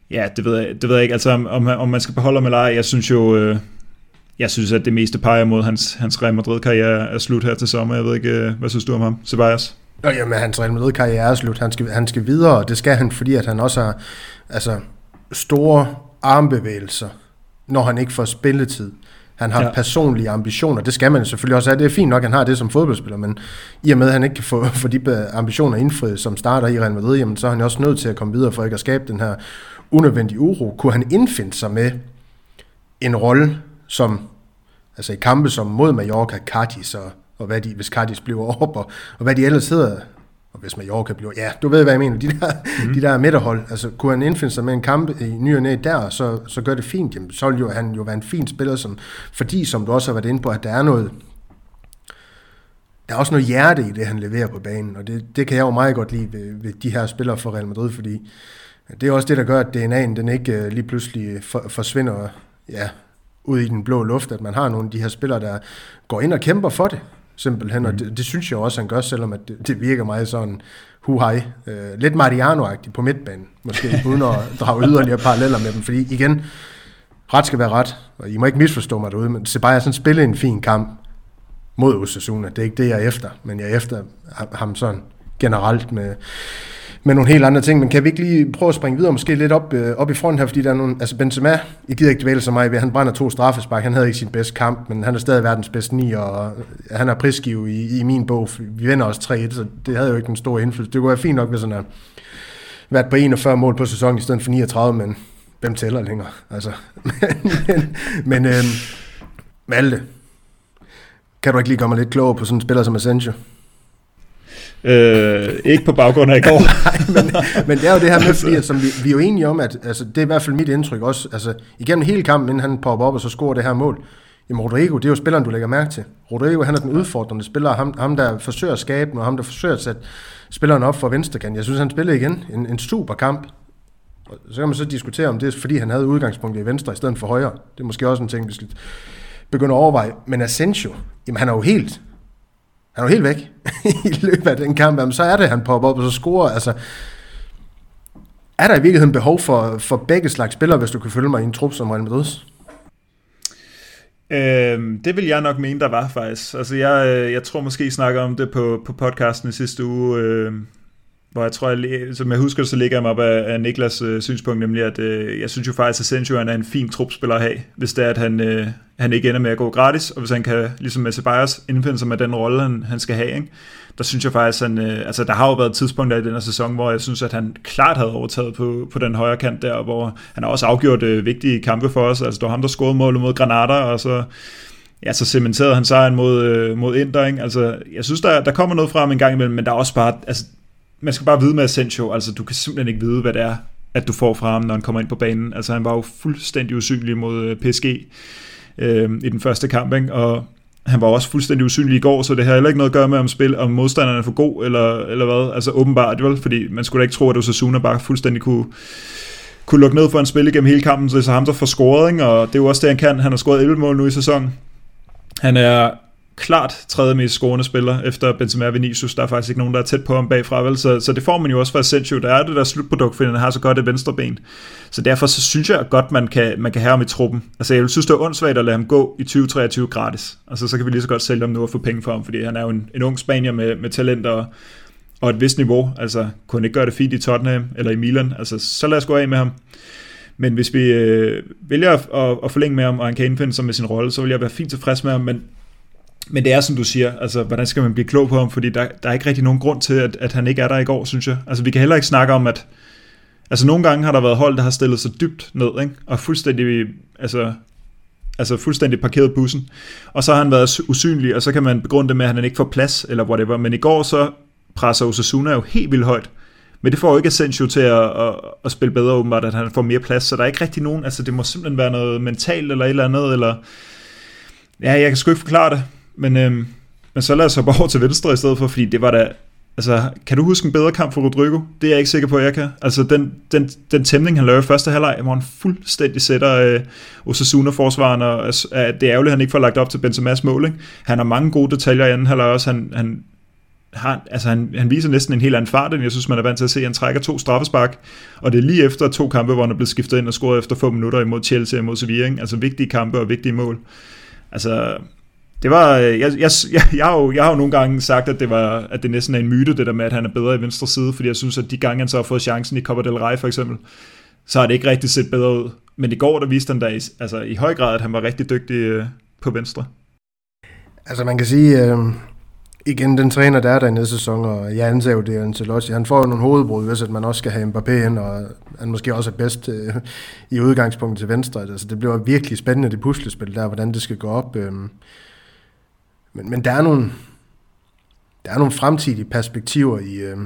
Ja, det ved jeg, det ved jeg ikke. Altså, om, om man skal beholde ham eller ej, jeg synes jo, øh, jeg synes, at det meste peger mod hans, hans Real Madrid-karriere er slut her til sommer. Jeg ved ikke, øh, hvad synes du om ham, Ceballos? Nå, jamen, hans Real Madrid-karriere er slut. Han skal, han skal videre, og det skal han, fordi at han også har altså, store armbevægelser, når han ikke får spilletid. Han har ja. personlige ambitioner, det skal man selvfølgelig også have. Det er fint nok, at han har det som fodboldspiller, men i og med, at han ikke kan få, få de ambitioner indfriet, som starter i Real Madrid, jamen, så er han også nødt til at komme videre for ikke at skabe den her unødvendige uro. Kunne han indfinde sig med en rolle, som altså i kampe som mod Mallorca, Cadiz og, og hvad de, hvis Cadiz bliver op, og, og hvad de ellers hedder, og hvis Mallorca bliver, ja, du ved, hvad jeg mener, de der, mm. de der midterhold, altså kunne han indfinde sig med en kamp i ny og næ der, så, så gør det fint, jamen, så vil jo, han jo være en fin spiller, som, fordi, som du også har været inde på, at der er noget, der er også noget hjerte i det, han leverer på banen, og det, det kan jeg jo meget godt lide ved, ved de her spillere for Real Madrid, fordi det er også det, der gør, at D N A'en, den ikke lige pludselig for, forsvinder, ja, ud i den blå luft, at man har nogle af de her spillere, der går ind og kæmper for det, simpelthen, mm. og det, det synes jeg også, han gør, selvom at det, det virker meget sådan hu-hej, øh, lidt Mariano-agtigt på midtbanen, måske, uden at drage yderligere paralleller med dem, fordi igen, ret skal være ret, og I må ikke misforstå mig derude, men Ceballos sådan spille en fin kamp mod Osasuna, det er ikke det, jeg er efter, men jeg er efter ham sådan generelt med med nogle helt andre ting, men kan vi ikke lige prøve at springe videre, måske lidt op, øh, op i fronten her, fordi der er nogle, altså Benzema, jeg gider ikke dvæle så meget ved, han brænder to straffespark, han havde ikke sin bedste kamp, men han er stadig verdens bedste ni, og han er prisgive i, i min bog, vi vinder også tre et, så det havde jo ikke den store indflydelse, det kunne være fint nok, hvis han har været på enogfyrre mål på sæsonen, i stedet for niogtredive, men hvem tæller længere, altså, men, men øh, Malte, kan du ikke lige gøre mig lidt klogere på sådan en spiller som Asensio? Øh, ikke på baggrund af i går. Nej, men, men det er jo det her med, fordi, som vi, vi er jo enige om, at altså, det er i hvert fald mit indtryk også, altså igennem hele kampen, inden han popper op og så scorer det her mål, jamen Rodrigo, det er jo spilleren, du lægger mærke til. Rodrigo, han er den udfordrende spiller, ham, ham der forsøger at skabe, og ham der forsøger at sætte spilleren op for venstrekant. Jeg synes, han spiller igen en, en super kamp. Så kan man så diskutere, om det er, fordi han havde udgangspunktet i venstre i stedet for højre. Det er måske også en ting, vi skal begynde at overveje. Men Asensio, jamen han er jo helt... Han er jo helt væk i løbet af den kamp, så er det, han popper op og så scorer. Altså, er der i virkeligheden behov for, for begge slags spillere, hvis du kan følge mig i en trup som Real Madrid? Øhm, det vil jeg nok mene, der var faktisk. Altså, jeg, jeg tror måske, I snakker om det på, på podcasten i sidste uge, øh, hvor jeg tror, jeg, som jeg husker, så ligger jeg mig op af, af Niklas øh, synspunkt, nemlig at øh, jeg synes jo faktisk, at Asensio er en fin trupspiller at have, hvis det er, at han, øh, han ikke ender med at gå gratis, og hvis han kan, ligesom med Ceballos, indfinde sig med den rolle, han, han skal have, ikke? Der synes jeg faktisk, at han, øh, altså der har jo været tidspunkter i den her sæson, hvor jeg synes, at han klart havde overtaget på, på den højre kant der, hvor han har også afgjort øh, vigtige kampe for os, altså det var ham, der scorede målet mod Granada, og så ja, så cementerede han sejren mod, øh, mod Inter, ikke? Altså, jeg synes, der, der kommer noget fra ham en gang imellem, men der er også bare, altså man skal bare vide med Asensio, altså du kan simpelthen ikke vide, hvad det er, at du får fra ham, når han kommer ind på banen. Altså han var jo fuldstændig usynlig mod P S G øh, i den første kamp, ikke? Og han var også fuldstændig usynlig i går, så det har heller ikke noget at gøre med, om, spil, om modstanderne er for god, eller, eller hvad. Altså åbenbart, vel? Fordi man skulle da ikke tro, at Osasuna bare fuldstændig kunne, kunne lukke ned for en spil igennem hele kampen, så det er ham, der får scoret, ikke? Og det er jo også det, han kan. Han har scoret elleve mål nu i sæsonen. Han er klart tredje mest scorende spiller efter Benzema og Vinicius. Der er faktisk ikke nogen, der er tæt på ham bagfra, vel? Så, så det får man jo også fra Asensio. Der er det der slutprodukt, fordi han har så godt et venstre ben. Så derfor så synes jeg godt, man kan, man kan have ham i truppen. Altså jeg synes, det er åndssvagt at lade ham gå i tyve treogtyve gratis. Altså så kan vi lige så godt sælge ham nu og få penge for ham, fordi han er jo en, en ung spanier med, med talent og, og et vist niveau. Altså kunne han ikke gøre det fint i Tottenham eller i Milan? Altså så lad os gå af med ham. Men hvis vi øh, vælger at, at, at forlænge med ham, og han kan indfinde sig med sin rolle, så vil jeg være fint tilfreds med ham, men Men det er, som du siger, altså, hvordan skal man blive klog på ham, fordi der, der er ikke rigtig nogen grund til, at, at han ikke er der i går, synes jeg. Altså, vi kan heller ikke snakke om, at altså, nogle gange har der været hold, der har stillet sig dybt ned, ikke? Og fuldstændig, altså, altså, fuldstændig parkeret bussen. Og så har han været usynlig, og så kan man begrunde det med, at han ikke får plads, eller whatever. Men i går så presser Osasuna jo helt vildt højt. Men det får jo ikke Asensio til at, at, at spille bedre, åbenbart, at han får mere plads. Så der er ikke rigtig nogen, altså, det må simpelthen være noget mentalt, eller et eller andet, eller ja, jeg kan sgu ikke forklare det. Men, øhm, men så lad os hoppe over til venstre i stedet for, fordi det var da, altså, kan du huske en bedre kamp for Rodrigo? Det er jeg ikke sikker på, at jeg kan. Altså, den, den, den tæmning, han lavede i første halvleg, hvor han fuldstændig sætter øh, Osasuna-forsvaren, og øh, det er ærgerligt, at han ikke får lagt op til Benzemas mål, ikke? Han har mange gode detaljer i anden halvleg også. Han, han, har, altså han, han viser næsten en helt anden fart, end jeg synes, man er vant til at se. Han trækker to straffespark, og det er lige efter to kampe, hvor han er blevet skiftet ind og scoret efter få minutter imod Chelsea og imod Sevilla. Ikke? Altså vigtige kampe og vigtige mål. Altså, det var, jeg, jeg, jeg, jeg, har jo, jeg har jo nogle gange sagt, at det, var, at det næsten er en myte, det der med, at han er bedre i venstre side, fordi jeg synes, at de gange, han så har fået chancen i Copa del Rey for eksempel, så har det ikke rigtig set bedre ud. Men i går, der viste han da i, altså, i høj grad, at han var rigtig dygtig øh, på venstre. Altså man kan sige, øh, igen, den træner, der er der i næste sæson, og jeg anser jo det Ancelotti, han får jo nogle hovedbrud, hvis at man også skal have Mbappé ind, og han måske også er bedst øh, i udgangspunktet til venstre. Altså det bliver virkelig spændende, det puslespil der, hvordan det skal gå op. Øh. Men, men der er nogle, der er nogle fremtidige perspektiver i, øh,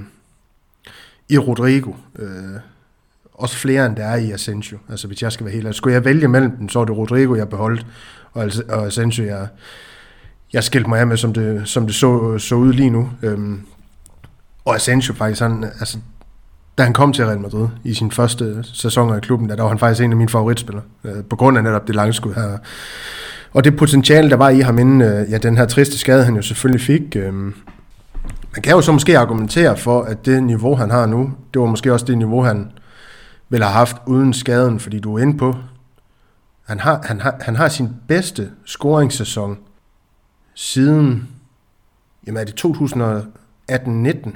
i Rodrigo. Øh. Også flere end der er i Asensio. Altså hvis jeg skal være helt ærlig. Skulle jeg vælge mellem dem, så er det Rodrigo, jeg beholdt, og, og Asensio, jeg, jeg skilte mig af med, som det, som det så, så ud lige nu. Øhm, og Asensio faktisk, han, altså, da han kom til Real Madrid i sin første sæson i klubben, der, der var han faktisk en af mine favoritspillere, øh, på grund af netop det langskud her. Og det potentiale, der var i ham inden øh, ja, den her triste skade, han jo selvfølgelig fik. Øh, man kan jo så måske argumentere for, at det niveau, han har nu, det var måske også det niveau, han vil have haft uden skaden, fordi du er inde på, han har, han har, han har sin bedste scoringssæson siden, jamen er det to tusind atten nitten?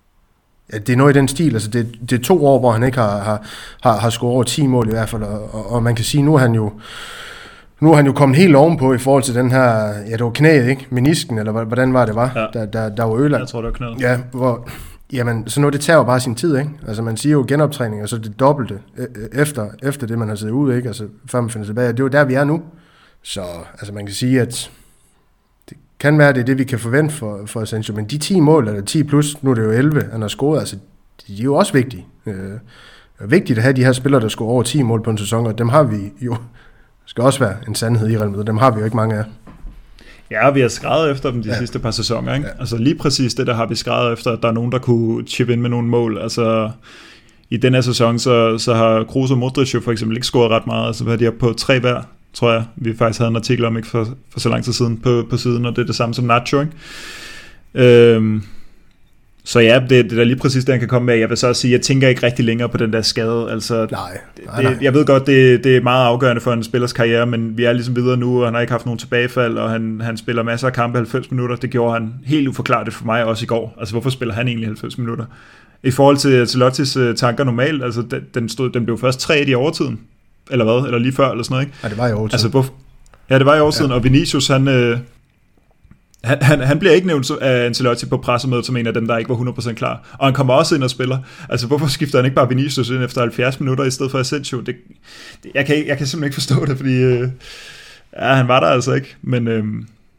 Ja, det er noget i den stil, altså det, det er to år, hvor han ikke har, har, har, har scoret over ti mål i hvert fald, og, og man kan sige, nu er han jo, nu er han jo kommet helt ovenpå i forhold til den her, ja det var knæet, ikke? Menisken, eller hvordan var det, var? Ja. Der, der, der var ødelagt. Jeg tror, det var knæet. Ja, hvor... Jamen, så nu det tager jo bare sin tid, ikke? Altså, man siger jo genoptræning, og så det dobbelte efter, efter det, man har siddet ude, ikke? Altså, før man finder tilbage. Det er jo der, vi er nu. Så, altså, man kan sige, at det kan være, det er det, vi kan forvente for, for Asensio. Men de ti mål, eller ti plus, nu er det jo elleve, han har scoret, altså, de er jo også vigtige. Øh, det er vigtigt at have de her spillere, der scorer over ti mål på en sæson, og dem har vi jo, skal også være en sandhed i Real Madrid, dem har vi jo ikke mange af. Ja, vi har skrevet efter dem de ja. sidste par sæsoner, ikke? Ja. Altså lige præcis det, der har vi skrevet efter, at der er nogen, der kunne chip ind med nogle mål. Altså i den her sæson, så, så har Kroos og Modric jo for eksempel ikke scoret ret meget. Altså hvad de er på tre hver, tror jeg. Vi faktisk havde en artikel om ikke for, for så lang tid siden på, på siden, og det er det samme som Nacho, ikke? Øhm, så ja, det, det er da lige præcis det, han kan komme med. Jeg vil så også sige, jeg tænker ikke rigtig længere på den der skade. Altså, nej, nej, nej. Det, jeg ved godt, det, det er meget afgørende for en spillers karriere, men vi er ligesom videre nu, og han har ikke haft nogen tilbagefald, og han, han spiller masser af kampe, halvfems minutter. Det gjorde han helt uforklarligt for mig også i går. Altså, hvorfor spiller han egentlig halvfems minutter? I forhold til Ancelottis uh, tanker normalt, altså, den, den, stod, den blev først tre i overtiden, eller hvad? Eller lige før, eller sådan noget, ikke? Ja, det var i overtiden. Altså, hvor, ja, det var i overtiden, ja. Og Vinicius, han... Uh, Han, han, han bliver ikke nævnt af Ancelotti på pressemødet som en af dem, der ikke var hundrede procent klar. Og han kommer også ind og spiller. Altså, hvorfor skifter han ikke bare Vinicius ind efter halvfjerds minutter i stedet for Asensio? Det, det, jeg, kan, jeg kan simpelthen ikke forstå det, fordi øh, ja, han var der altså ikke. Men, øh,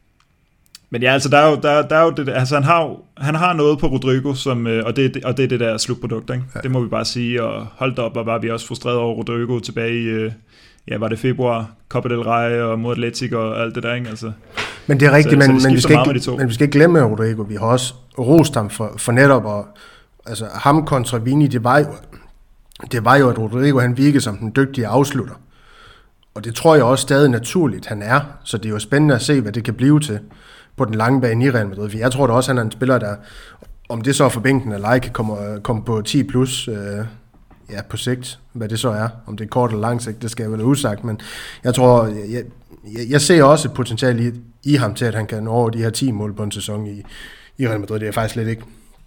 men ja, altså, der er jo, der, der er jo det, altså, han har jo, han har noget på Rodrigo, som, øh, og, det, og det er det der slutprodukt, ikke? Ja. Det må vi bare sige, og hold da op, og var vi også frustreret over Rodrigo tilbage i, øh, ja, var det februar, Copa del Rey og mod Atletic og alt det der, ikke? Altså, men det er rigtigt, så, men, så men, vi skal ikke, men vi skal ikke glemme Rodrigo. Vi har også rost ham for, for netop, og, altså ham kontra Vini, det var, jo, det var jo, at Rodrigo han virkede som den dygtige afslutter. Og det tror jeg også stadig naturligt, han er. Så det er jo spændende at se, hvad det kan blive til på den lange bane i Real Madrid. For jeg tror da også, han er en spiller, der, om det så er for bænken eller ej, kan komme, komme på ti plus, øh, ja, på sigt, hvad det så er. Om det er kort eller lang sigt, det skal jeg vel usagt. Men jeg tror, jeg, jeg, jeg ser også et potentiale i, i ham til, at han kan nå over de her ti mål på en sæson i, i Real Madrid. Det er faktisk slet ikke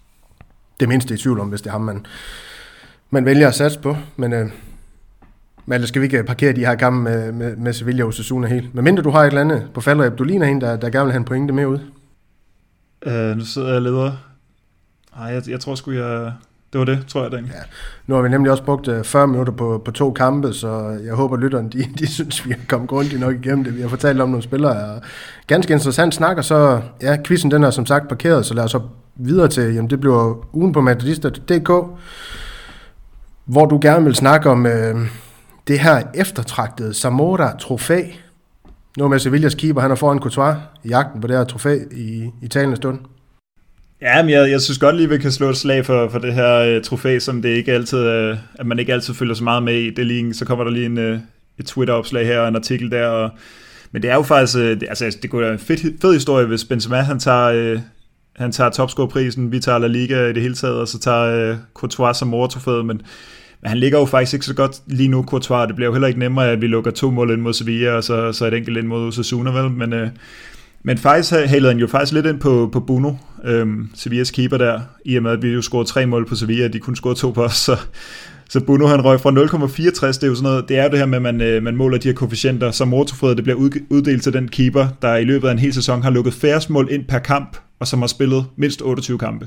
det mindste i tvivl om, hvis det er ham, man, man vælger at satse på. Men, øh, men skal vi ikke parkere de her kampe med, med, med Sevilla og Osasuna helt? Men mindre du har et eller andet på faldrebet, du ligner en, der, der gerne vil have en pointe med ud. Øh, nu sidder jeg og leder. Ej, jeg, jeg tror sgu, jeg... Det var det, tror jeg, den. Ja. Nu har vi nemlig også brugt fyrre minutter på, på to kampe, så jeg håber, lytterne de, de synes, vi har kommet grundigt nok igennem det. Vi har fortalt om nogle spillere. Ganske interessant snak, og så, ja, quizzen den er som sagt parkeret, så lad os så videre til, jamen det bliver ugen på madridista punktum d k, hvor du gerne vil snakke om øh, det her eftertragtede Zamora-trofæ. Nu med Sevillas keeper, han er foran Courtois i jagten på det her trofæ i, i talende stund. Ja, men jeg, jeg synes godt lige, vi kan slå et slag for, for det her uh, trofæ, som det ikke altid, uh, at man ikke altid følger så meget med i. Det lige, så kommer der lige en, uh, et Twitter-opslag her og en artikel der. Og, men det er jo faktisk, uh, det, altså det kunne være en fed, fed historie, hvis Benzema han tager, uh, han tager topscoreprisen, vi tager La Liga i det hele taget, og så tager øh, Courtois som overtrofæet, men, men han ligger jo faktisk ikke så godt lige nu, Courtois. Det bliver jo heller ikke nemmere, at vi lukker to mål ind mod Sevilla, og så, så et enkelt ind mod Osasuna, vel? Men, øh, men faktisk halede han jo faktisk lidt ind på, på Bruno, øh, Sevillas keeper der, i og med, at vi jo scorede tre mål på Sevilla, de kunne score to på os, så Så Bruno han røg fra nul komma fireogtres, det er jo sådan noget, det er jo det her med, at man, man måler de her koefficienter, som overtrofæet, det bliver uddelt til den keeper, der i løbet af en hel sæson har lukket færrest mål ind per kamp, og som har spillet mindst otteogtyve kampe.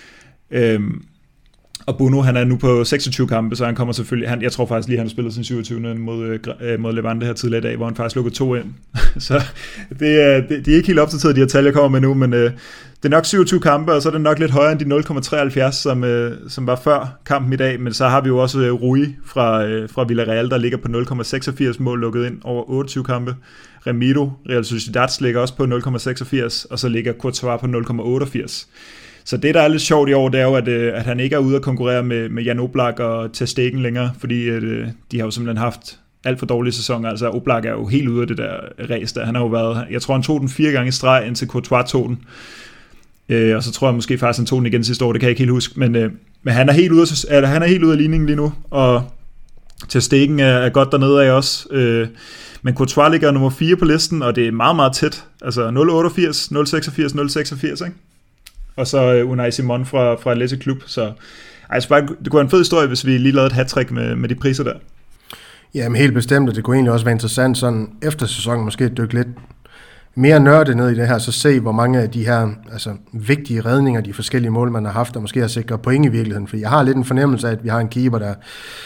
Øhm, og Bruno, han er nu på seksogtyve kampe, så han kommer selvfølgelig, han, jeg tror faktisk lige, han har spillet sin syvogtyvende mod, øh, mod Levante her tidligere i dag, hvor han faktisk lukkede to ind. Så det er, det, de er ikke helt opdateret, de her tal, jeg kommer med nu, men øh, det er nok syvogtyve kampe, og så er det nok lidt højere end de nul komma treoghalvfjerds, som, øh, som var før kampen i dag, men så har vi jo også øh, Rui fra, øh, fra Villarreal, der ligger på nul komma seksogfirs mål lukket ind over otteogtyve kampe. Remiro, Real Sociedad, ligger også på nul komma seksogfirs, og så ligger Courtois på nul komma otteogfirs. Så det, der er lidt sjovt i år, det er jo, at, at han ikke er ude at konkurrere med, med Jan Oblak og Ter Stegen længere, fordi at, de har jo simpelthen haft alt for dårlige sæsoner. Altså Oblak er jo helt ude af det der race der. Han har jo været, jeg tror han tog den fire gange i streg, indtil Courtois tog den. Øh, og så tror jeg måske faktisk, han tog den igen sidste år, det kan jeg ikke helt huske. Men, øh, men han er helt ude af, altså, han er helt ude af ligningen lige nu, og Ter Stegen er, er godt dernede af også. Øh, men Courtois ligger nummer fire på listen, og det er meget, meget tæt. Altså nul komma otteogfirs, nul komma seksogfirs, nul komma seksogfirs, ikke? Og så uh, Unai Simon fra, fra Athletic Klub. Så altså, bare, det kunne være en fed historie, hvis vi lige lavede et hat-trick med, med de priser der. Jamen helt bestemt, og det kunne egentlig også være interessant sådan efter sæsonen måske dykke lidt mere nørde ned i det her, så se hvor mange af de her altså, vigtige redninger, de forskellige mål, man har haft, og måske har sikret point i virkeligheden. For jeg har lidt en fornemmelse af, at vi har en keeper, der,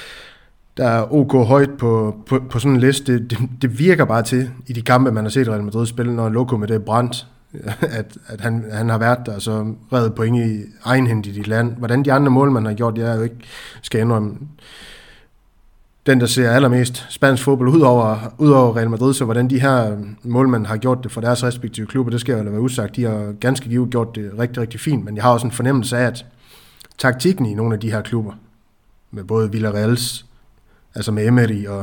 der er ok højt på, på, på sådan en liste. Det, det, det virker bare til i de kampe, man har set Real Madrid spille, når Loco med det er brændt, at, at han, han har været der, og så reddet point i egenhænd i dit land. Hvordan de andre mål, man har gjort, jeg er jo ikke, skal indrømme, den, der ser allermest spansk fodbold ud over, ud over Real Madrid, så hvordan de her målmænd har gjort det for deres respektive klubber, det skal jo være usagt. De har ganske givet gjort det rigtig, rigtig fint, men jeg har også en fornemmelse af, at taktikken i nogle af de her klubber, med både Villarreals, altså med Emery og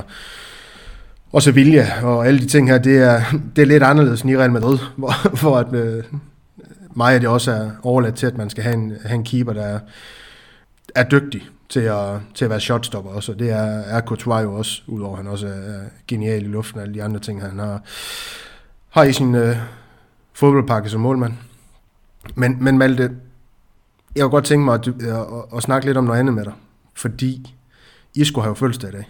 og Sevilla og alle de ting her, det er, det er lidt anderledes end i Real Madrid, hvor, hvor at, øh, mig er det også er overladt til, at man skal have en, have en keeper, der er, er dygtig til at, til at være shotstopper også, og det er, er Courtois jo også, udover at han også er genial i luften og alle de andre ting, han har, har i sin øh, fodboldpakke som målmand. Men, men Malte, jeg kunne godt tænke mig at, at, at, at snakke lidt om noget andet med dig, fordi Isco har jo fødselsdag i dag.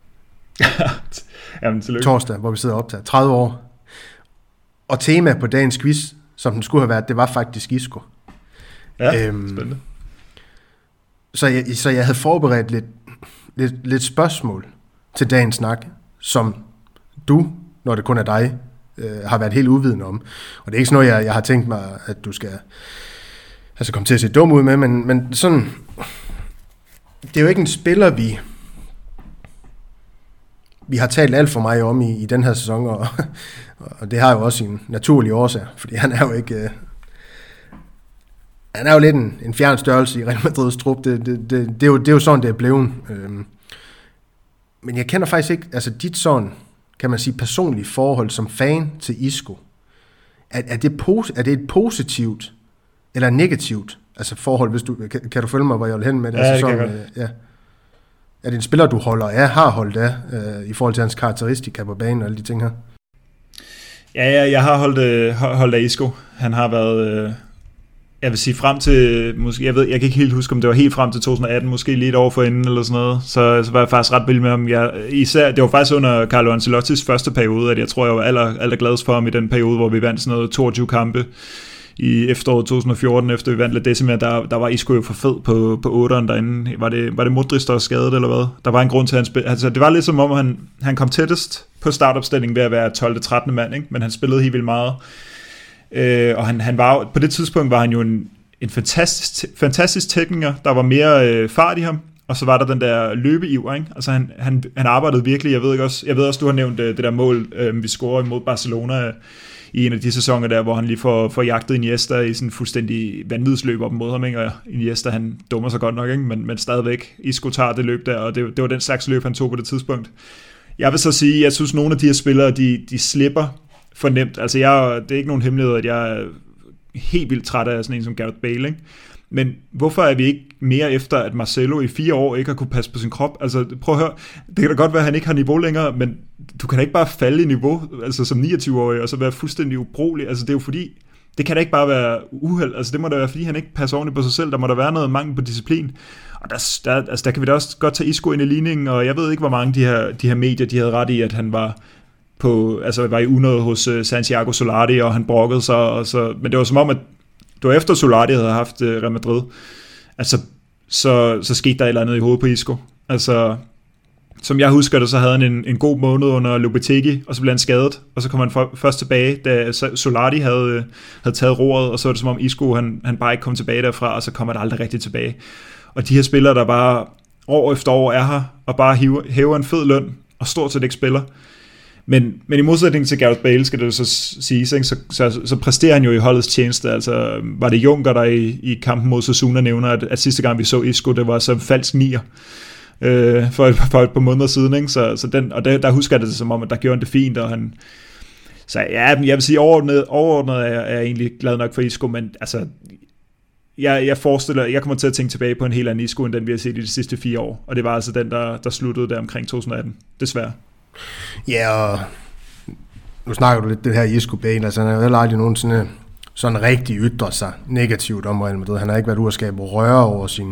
Jamen, tillykke. Torsdag, hvor vi sidder og optager. tredive år. Og tema på dagens quiz, som den skulle have været, det var faktisk Isco. Ja, øhm, spændende. Så jeg, så jeg havde forberedt lidt, lidt, lidt spørgsmål til dagens snak, som du, når det kun er dig, øh, har været helt uvidende om. Og det er ikke sådan noget, jeg, jeg har tænkt mig, at du skal altså komme til at se dum ud med, men, men sådan, det er jo ikke en spiller, vi vi har talt alt for meget om i, i den her sæson, og, og det har jo også en naturlig årsag, fordi han er jo ikke... Øh, han er jo lidt en, en fjern størrelse i Real Madrids trup. Det, det, det, det, er jo, det er jo sådan, det er blevet. Øhm, men jeg kender faktisk ikke... Altså dit sådan, kan man sige, personlige forhold som fan til Isco. Er, er, det, pos, er det et positivt eller negativt altså forhold, hvis du... Kan, kan du følge mig, hvor jeg vil hen med det? Ja, altså, det sådan, kan øh, ja. Er det en spiller, du holder af, har holdt af, øh, i forhold til hans karakteristika på banen og alle de ting her? Ja, ja jeg har holdt, øh, holdt af Isco. Han har været, øh, jeg vil sige frem til, måske, jeg ved, jeg kan ikke helt huske, om det var helt frem til to tusind atten, måske lige et år forinden eller sådan noget, så, så var jeg faktisk ret vild med ham. Jeg, især, det var faktisk under Carlo Ancelottis første periode, at jeg tror, jeg var aller, aller gladest for ham i den periode, hvor vi vandt sådan noget toogtyve kampe i efteråret to tusind og fjorten, efter vi vandt La Decima, der, der var Isco jo for fed på, på otteren derinde. Var det, var det Modric, der var skadet, eller hvad? Der var en grund til, at han spillede. Altså, det var lidt som om, han, han kom tættest på startopstillingen ved at være tolvte trettende mand, ikke? Men han spillede helt vildt meget. Øh, og han, han var, på det tidspunkt var han jo en, en fantastisk, fantastisk tekniker, der var mere øh, fart i ham, og så var der den der løbeiver, ikke? Altså han, han, han arbejdede virkelig. Jeg ved, ikke også, jeg ved også, du har nævnt øh, det der mål, øh, vi scorede imod Barcelona, øh, i en af de sæsoner der, hvor han lige får, får jagtet Iniesta i sådan fuldstændig vanvidsløb op mod ham, ikke? Og Iniesta, han dummer sig godt nok, ikke? Men, men stadigvæk, Isco tager det løb der, og det, det var den slags løb, han tog på det tidspunkt. Jeg vil så sige, jeg synes, nogle af de her spillere, de, de slipper for nemt. Altså, jeg, det er ikke nogen hemmelighed, at jeg helt vildt træt af sådan en som Gareth Bale, ikke? Men hvorfor er vi ikke mere efter, at Marcelo i fire år ikke har kunne passe på sin krop? Altså prøv at høre, det kan da godt være, at han ikke har niveau længere, men du kan da ikke bare falde i niveau, altså som niogtyve-årig, og så være fuldstændig ubrugelig. Altså det er jo fordi, det kan da ikke bare være uheld, altså det må da være, fordi han ikke passer ordentligt på sig selv, der må der være noget mangel på disciplin. Og der, der, altså der kan vi da også godt tage Isco ind i ligningen, og jeg ved ikke, hvor mange de her, de her medier, de havde ret i, at han var på, altså var i unåde hos uh, Santiago Solari, og han brokkede sig, og så, men det var som om, at det var efter Solari havde haft uh, Real Madrid, altså så, så skete der et eller andet i hovedet på Isco. Altså, som jeg husker det, så havde han en, en god måned under Lopetegui, og så blev han skadet, og så kom han for, først tilbage, da Solari havde, havde taget roret, og så var det som om Isco, han, han bare ikke kom tilbage derfra, og så kom han aldrig rigtig tilbage. Og de her spillere, der bare år efter år er her, og bare hæver, hæver en fed løn, og stort set ikke spiller. Men, men i modsætning til Gareth Bale, skal det så siges, ikke? Så, så, så præsterer han jo i holdets tjeneste. Altså, var det Juncker, der i, i kampen mod Osasuna nævner, at, at sidste gang vi så Isco, det var som falsk nier øh, for, et, for et par måneder siden. Ikke? Så, så den, og der, der husker jeg det som om, at der gjorde han det fint, og han... Så ja, jeg vil sige, overordnet, overordnet er, er jeg egentlig glad nok for Isco, men altså... Jeg, jeg forestiller, jeg kommer til at tænke tilbage på en helt anden Isco, end den vi har set i de sidste fire år. Og det var altså den, der, der sluttede der omkring to tusind atten. Desværre. Ja, og nu snakker du lidt det her Isco-bane. Altså, han har jo heller aldrig nogen sådan, sådan rigtig ytret sig negativt om Real Madrid. Han har ikke været ude at skabe røre over sin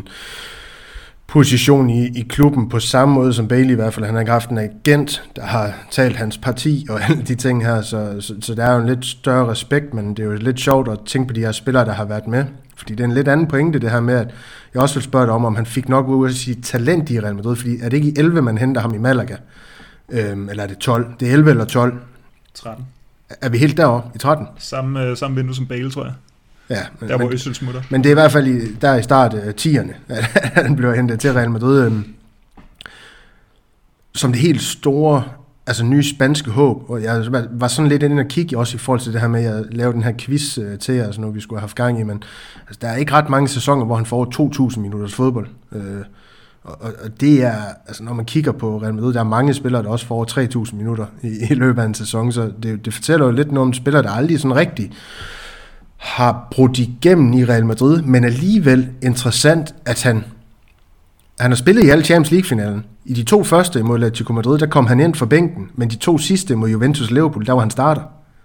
position i, i klubben på samme måde som Bale i hvert fald. Han har ikke haft en agent, der har talt hans parti og alle de ting her. Så, så, så der er jo en lidt større respekt, men det er jo lidt sjovt at tænke på de her spillere, der har været med. Fordi det er en lidt anden pointe, det her med, at jeg også vil spørge dig om, om han fik nok ud af sit talent i Real Madrid, fordi er det ikke i elleve, man henter ham i Malaga? Øhm, eller er det tolv? Det er elleve eller tolv? tretten. Er vi helt derovre i tretten? Samme, øh, samme vindue som Bale, tror jeg. Ja, men, der hvor men, Øssel smutter. Men det er i hvert fald i, der i start uh, tierne, at han blev hentet til Real Madrid. Um, som det helt store, altså nye spanske håb. Og jeg var sådan lidt inde og kigge også i forhold til det her med at lave den her quiz uh, til os, når vi skulle have haft gang i. Men altså, der er ikke ret mange sæsoner, hvor han får to tusind minutters fodbold. Uh, og, og det er, altså når man kigger på Real Madrid, der er mange spillere, der også får tre tusind minutter i, i løbet af en sæson. Så det, det fortæller jo lidt noget om spillere, der aldrig sådan rigtig har brudt igennem i Real Madrid, men alligevel interessant, at han han har spillet i alle Champions League-finalen. I de to første mod Atletico Madrid, der kom han ind fra bænken, men de to sidste mod Juventus Liverpool, der var han starter.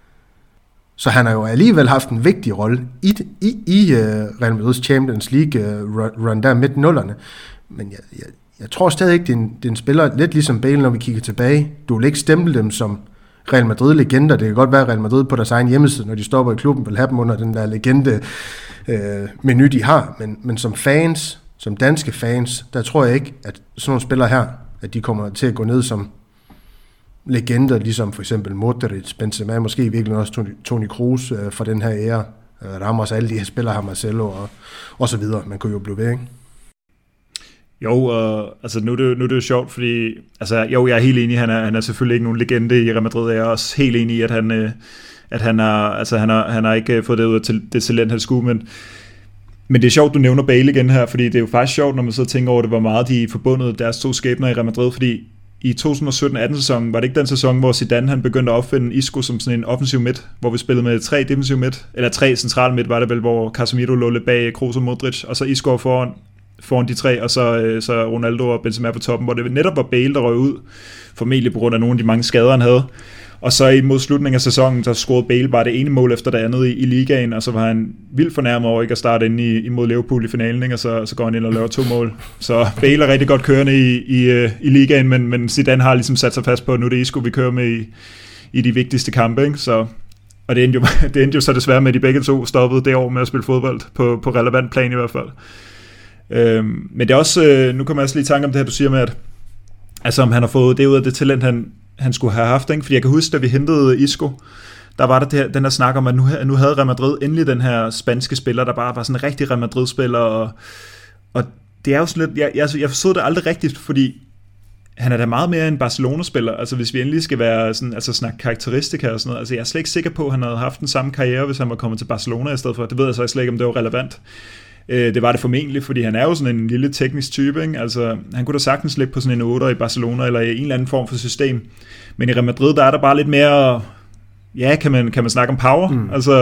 Så han har jo alligevel haft en vigtig rolle i, i, i uh, Real Madrids Champions League-run uh, der midt nullerne. Men jeg, jeg, jeg tror stadig ikke, det er, en, det er en spiller, lidt ligesom Bale, når vi kigger tilbage. Du vil ikke stemple dem som Real Madrid-legender. Det kan godt være, at Real Madrid på deres egen hjemmeside, når de stopper i klubben, vil have dem under den der legende-menu, øh, de har. Men, men som fans, som danske fans, der tror jeg ikke, at sådan nogle spillere her, at de kommer til at gå ned som legender, ligesom for eksempel Modric, Benzema, måske virkelig også Toni, Toni Kroos øh, fra den her ære. Øh, Ramos, alle de her spillere har Marcelo og, og så videre. Man kunne jo blive ved, ikke? Jo, og altså nu er det, nu er det jo sjovt, fordi altså, jo, jeg er helt enig, han er, han er selvfølgelig ikke nogen legende i Real Madrid, jeg er også helt enig i, at han, øh, at han har, altså, han har, han har ikke fået det ud af til, det talent, han skulle, men, men det er sjovt, du nævner Bale igen her, fordi det er jo faktisk sjovt, når man så tænker over det, hvor meget de forbundet deres to skæbner i Real Madrid, fordi i to tusind sytten atten sæsonen var det ikke den sæson, hvor Zidane han begyndte at opfinde Isco som sådan en offensiv midt, hvor vi spillede med tre defensiv midt, eller tre centrale midt var det vel, hvor Casemiro lå lidt bag Kroos og Modric, og så Isco foran foran de tre, og så, så Ronaldo og Benzema på toppen, hvor det netop var Bale, der røg ud, formentlig på grund af nogle af de mange skader, han havde. Og så imod slutningen af sæsonen, så scorede Bale bare det ene mål efter det andet i, i ligaen, og så var han vildt fornærmet over ikke at starte ind i, imod Liverpool i finalen, ikke? Og så, så går han ind og laver to mål. Så Bale er rigtig godt kørende i, i, i ligaen, men, men Zidane har ligesom sat sig fast på, at nu er det Isco, vi kører med i, i de vigtigste kampe, ikke? Så, og det endte, jo, det endte jo så desværre med, at de begge to stoppede det år med at spille fodbold, på, på relevant plan i hvert fald. Øhm, men det er også, øh, nu kommer jeg også lige i tanke om det her, du siger med, at altså om han har fået det ud af det talent, han, han skulle have haft, ikke? Fordi jeg kan huske, da vi hentede Isco, der var der det her, den her snak om, at nu, nu havde Real Madrid endelig den her spanske spiller, der bare var sådan en rigtig Real Madrid-spiller, og, og det er jo sådan lidt, jeg, jeg, jeg forstod det aldrig rigtigt, fordi han er da meget mere en Barcelona-spiller, altså hvis vi endelig skal være sådan, altså snakke karakteristika og sådan noget, altså jeg er slet ikke sikker på, at han havde haft den samme karriere, hvis han var kommet til Barcelona i stedet for, det ved jeg så slet ikke, om det var relevant. Det var det formentlig, fordi han er jo sådan en lille teknisk type, ikke? Altså, han kunne da sagtens ligge på sådan en otter i Barcelona, eller i en eller anden form for system. Men i Real Madrid, der er der bare lidt mere, ja, kan man, kan man snakke om power? Mm. Altså,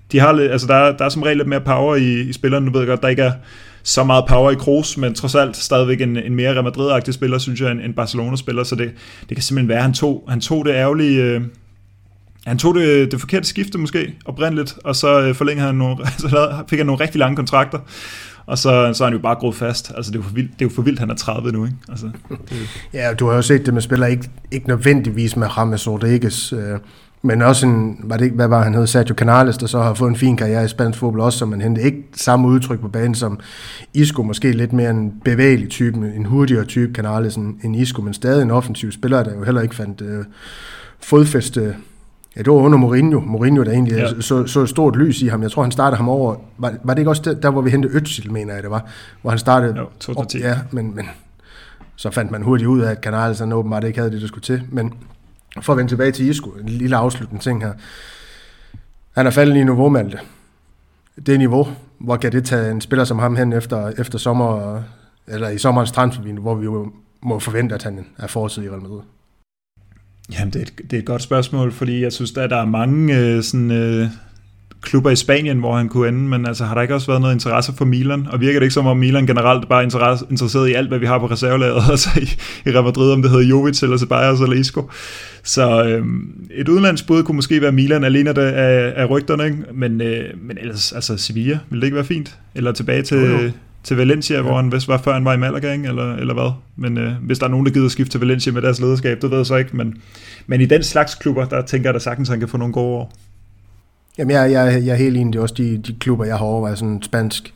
de har, altså der, der er som regel lidt mere power i, i spillerne. Nu ved jeg godt, der ikke er så meget power i Kroos, men trods alt stadigvæk en, en mere Real Madrid-agtig spiller, synes jeg, end en Barcelona-spiller, så det, det kan simpelthen være, at han tog, han tog det ærgerlige, øh, han tog det, det forkerte skifte måske, oprindeligt, og så øh, forlængede han nogle, så fik han nogle rigtig lange kontrakter, og så, så er han jo bare groet fast. Altså det er jo for vildt, det er jo for vildt han er tredive nu, ikke? Altså, det... Ja, du har jo set det med spillere, ikke, ikke nødvendigvis med James Rodriguez, øh, men også en, var det ikke, hvad var han hed, Sergio Canales, der så har fået en fin karriere i spansk fodbold også, som man hentede ikke samme udtryk på banen som Isco, måske lidt mere en bevægelig type, en hurtigere type Canales end, end Isco, men stadig en offensiv spiller, der jo heller ikke fandt øh, fodfæste. Ja, det var under Mourinho. Mourinho, der egentlig ja. så, så et stort lys i ham. Jeg tror, han startede ham over... Var, var det ikke også der, der hvor vi hentede Özil, mener jeg, det var? Hvor han startede... Jo, to tusind og ti. Ja, men, men så fandt man hurtigt ud af, at Canales han åbenbart ikke havde det, der skulle til. Men for at vende tilbage til Isco, en lille afsluttende ting her. Han er faldet i niveau, Malte. Det niveau, hvor kan det tage en spiller som ham hen efter, efter sommer, eller i sommerens transfervindue, hvor vi jo må forvente, at han er fortid i Real Madrid? Jamen, det er, et, det er et godt spørgsmål, fordi jeg synes, at der er mange øh, sådan, øh, klubber i Spanien, hvor han kunne ende, men altså, har der ikke også været noget interesse for Milan? Og virker det ikke som om Milan generelt bare er interesseret i alt, hvad vi har på reservelaget, altså i, i Real Madrid, om det hedder Jovic, eller Ceballos, eller Isco. Så øh, et udlandsbud kunne måske være Milan, alene af, af rygterne, ikke? Men, øh, men ellers, altså Sevilla, ville det ikke være fint? Eller tilbage til... Jo, jo. til Valencia, ja. Hvor han vist var, før han var i Malaga, ikke? Eller, eller hvad. Men øh, hvis der er nogen, der gider skifte til Valencia med deres lederskab, det ved jeg så ikke. Men, men i den slags klubber, der tænker jeg da sagtens, han kan få nogle gode år. Jamen, jeg, jeg, jeg er helt enig. Det er også de, de klubber, jeg har overvejet. Sådan spansk,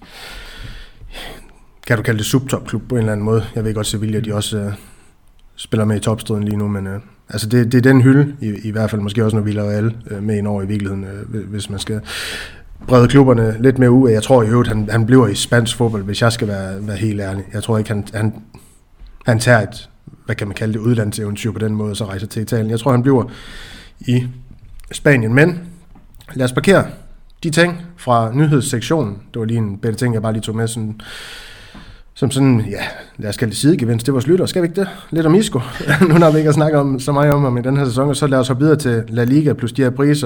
kan du kalde det subtopklub på en eller anden måde. Jeg ved godt, Sevilla, de også øh, spiller med i topstriden lige nu, men øh, altså det, det er den hylde, i, i hvert fald måske også, når Villarreal øh, med ind over i virkeligheden, øh, hvis man skal... brede klubberne lidt mere ud. Jeg tror i øvrigt, han, han bliver i spansk fodbold, hvis jeg skal være, være helt ærlig. Jeg tror ikke, han, han, han tager et, hvad kan man kalde det, udlandseventyr på den måde, og så rejser til Italien. Jeg tror, han bliver i Spanien. Men lad os parkere de ting fra nyhedssektionen. Det var lige en bedre ting, jeg bare lige tog med sådan, som sådan, ja, lad os kalde det sidegevinst. Det var slutter, skal vi ikke det? Lidt om Isco. Nu har vi ikke at snakke om, så meget om ham i den her sæson, og så lad os hoppe videre til La Liga plus de her priser.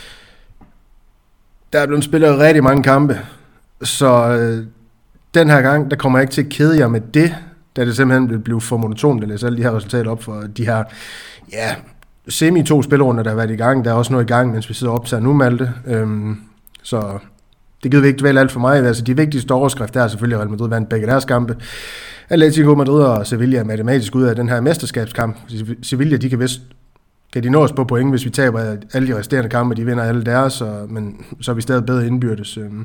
Der er blevet spillet rigtig mange kampe, så øh, den her gang, der kommer jeg ikke til at kede jer med det, da det simpelthen vil blive for monotont at læse alle de her resultater op for de her, ja, semi-to spillerunder, der har været i gang. Der er også noget i gang, mens vi sidder og optager nu, Malte. Øhm, så det gider vi ikke dvæle alt for mig. Altså, de vigtigste overskrifter er selvfølgelig, at Real Madrid vandt begge deres kampe. Atletico Madrid og Sevilla er matematisk ud af den her mesterskabskamp. Sevilla, de kan vist kan de nå os på point, hvis vi taber alle de resterende kampe, de vinder alle deres, og, men så er vi stadig bedre indbyrdes. Øhm.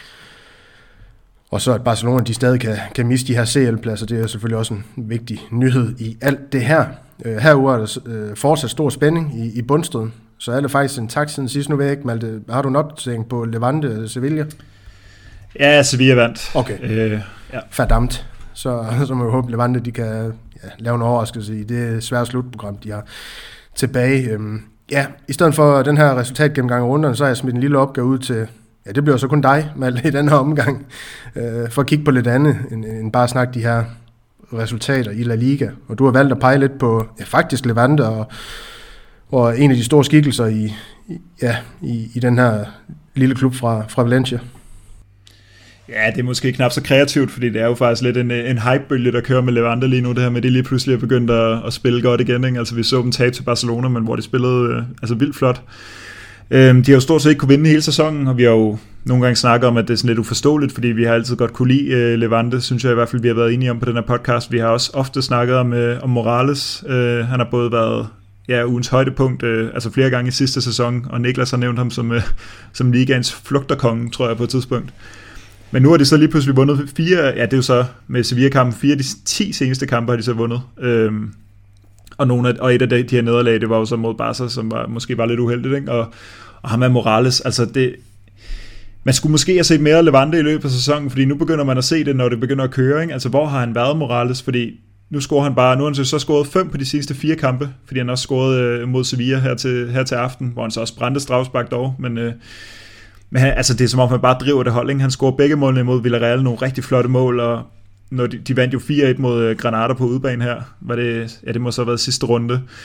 Og så at Barcelona, de stadig kan, kan miste de her C L-pladser, det er selvfølgelig også en vigtig nyhed i alt det her. Øh, herudover er der øh, fortsat stor spænding i, i bundstriden, så er det faktisk en tak siden sidst. Nu ved jeg ikke, Malte, har du nok tænkt på Levante Sevilla? Ja, Sevilla vandt. Okay, øh, ja. Verdammt. Så, så må vi håbe, Levante de kan ja, lave en overraskelse i det svære slutprogram, de har tilbage. Øhm, ja, i stedet for den her resultatgennemgang af runderne, så har jeg smidt en lille opgave ud til, ja, det bliver så kun dig, Malte, i den her omgang, øh, for at kigge på lidt andet, end, end bare snakke de her resultater i La Liga. Og du har valgt at pege lidt på, ja, faktisk Levante, og, og en af de store skikkelser i, i, ja, i, i den her lille klub fra, fra Valencia. Ja, det er måske knap så kreativt, fordi det er jo faktisk lidt en, en hype-bølge, der kører med Levante lige nu, det her med, at de lige pludselig er begyndt at, at spille godt igen, ikke? Altså vi så dem tabe til Barcelona, men hvor de spillede øh, altså vildt flot. Øhm, de har jo stort set ikke kunne vinde hele sæsonen, og vi har jo nogle gange snakket om, at det er sådan lidt uforståeligt, fordi vi har altid godt kunne lide øh, Levante, synes jeg i hvert fald, vi har været enige om på den her podcast. Vi har også ofte snakket om, øh, om Morales. Øh, han har både været ja, ugens højdepunkt, øh, altså flere gange i sidste sæson, og Niklas har nævnt ham som, øh, som ligaens flugterkonge, tror jeg på et tidspunkt. Men nu har de så lige pludselig vundet fire, ja det er jo så med Sevilla-kampen, fire af de ti seneste kampe har de så vundet. Øhm, og, nogle af, og et af de, de her nederlag, det var jo så mod Barca, som var, måske var lidt uheldigt, ikke? Og, og ham er Morales, altså det, man skulle måske have set mere Levante i løbet af sæsonen, fordi nu begynder man at se det, når det begynder at køre, ikke? Altså hvor har han været, Morales, fordi nu scorer han bare, nu har han så scoret fem på de sidste fire kampe, fordi han også scoret øh, mod Sevilla her til, her til aften, hvor han så også brændte strafspark dog, men... Øh, Men han, altså det er som om, han bare driver det hold, ikke? Han scorer begge målene mod Villarreal, nogle rigtig flotte mål, og når de, de vandt jo fire et mod Granada på udebane her, var det, ja, det må så have været sidste runde.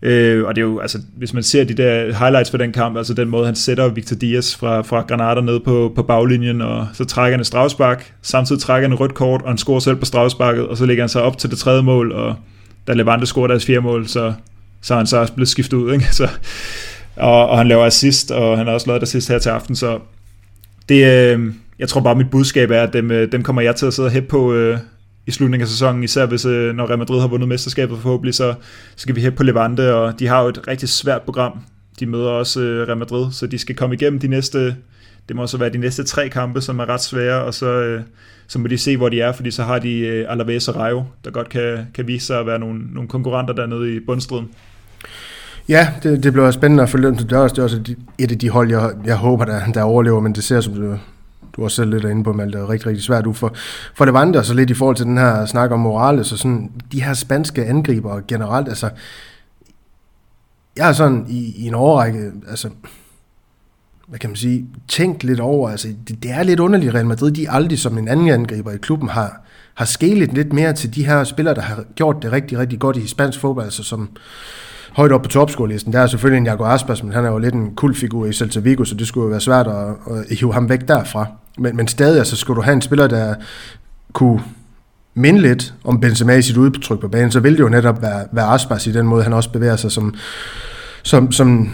Øh, og det er jo, altså, hvis man ser de der highlights for den kamp, altså den måde, han sætter Victor Diaz fra, fra Granada ned på, på baglinjen, og så trækker han et strafspark, samtidig trækker han et rødt kort, og han scorer selv på strafsparket, og så lægger han sig op til det tredje mål, og da Levante scorer deres fjerde mål, så, så er han så også blevet skiftet ud, ikke? Så, og, og han laver assist, og han har også lavet et assist her til aften, så det, øh, jeg tror bare, mit budskab er, at dem, dem kommer jeg til at sidde og hæppe på øh, i slutningen af sæsonen, især hvis, øh, når Real Madrid har vundet mesterskabet forhåbentlig, så skal vi hæppe på Levante, og de har jo et rigtig svært program. De møder også øh, Real Madrid, så de skal komme igennem de næste, det må så være de næste tre kampe, som er ret svære, og så, øh, så må de se, hvor de er, fordi så har de øh, Alaves og Rayo, der godt kan, kan vise sig at være nogle, nogle konkurrenter dernede i bundstriden. Ja, det, det bliver spændende at følge dem til dørs. Det er også et af de hold, jeg, jeg håber, der, der overlever, men det ser som du, du også selv lidt inde på, Malte, det er rigtig, rigtig svært ud for, for Levante, og så lidt i forhold til den her snak om Morales, og sådan de her spanske angriber generelt, altså jeg har sådan i, i en årrække, altså hvad kan man sige, tænkt lidt over, altså det, det er lidt underligt, Real Madrid, de aldrig som en anden angriber i klubben har, har skelet lidt mere til de her spillere, der har gjort det rigtig, rigtig godt i spansk fodbold, altså som højt op på topscorelisten. Der er selvfølgelig en Iago Aspas, men han er jo lidt en kultfigur i Celta Vigo, så det skulle jo være svært at, at hive ham væk derfra. Men, men stadig, altså, skulle du have en spiller, der kunne minde lidt om Benzema i sit udtryk på banen, så ville det jo netop være, være Aspas i den måde, han også bevæger sig som, som, som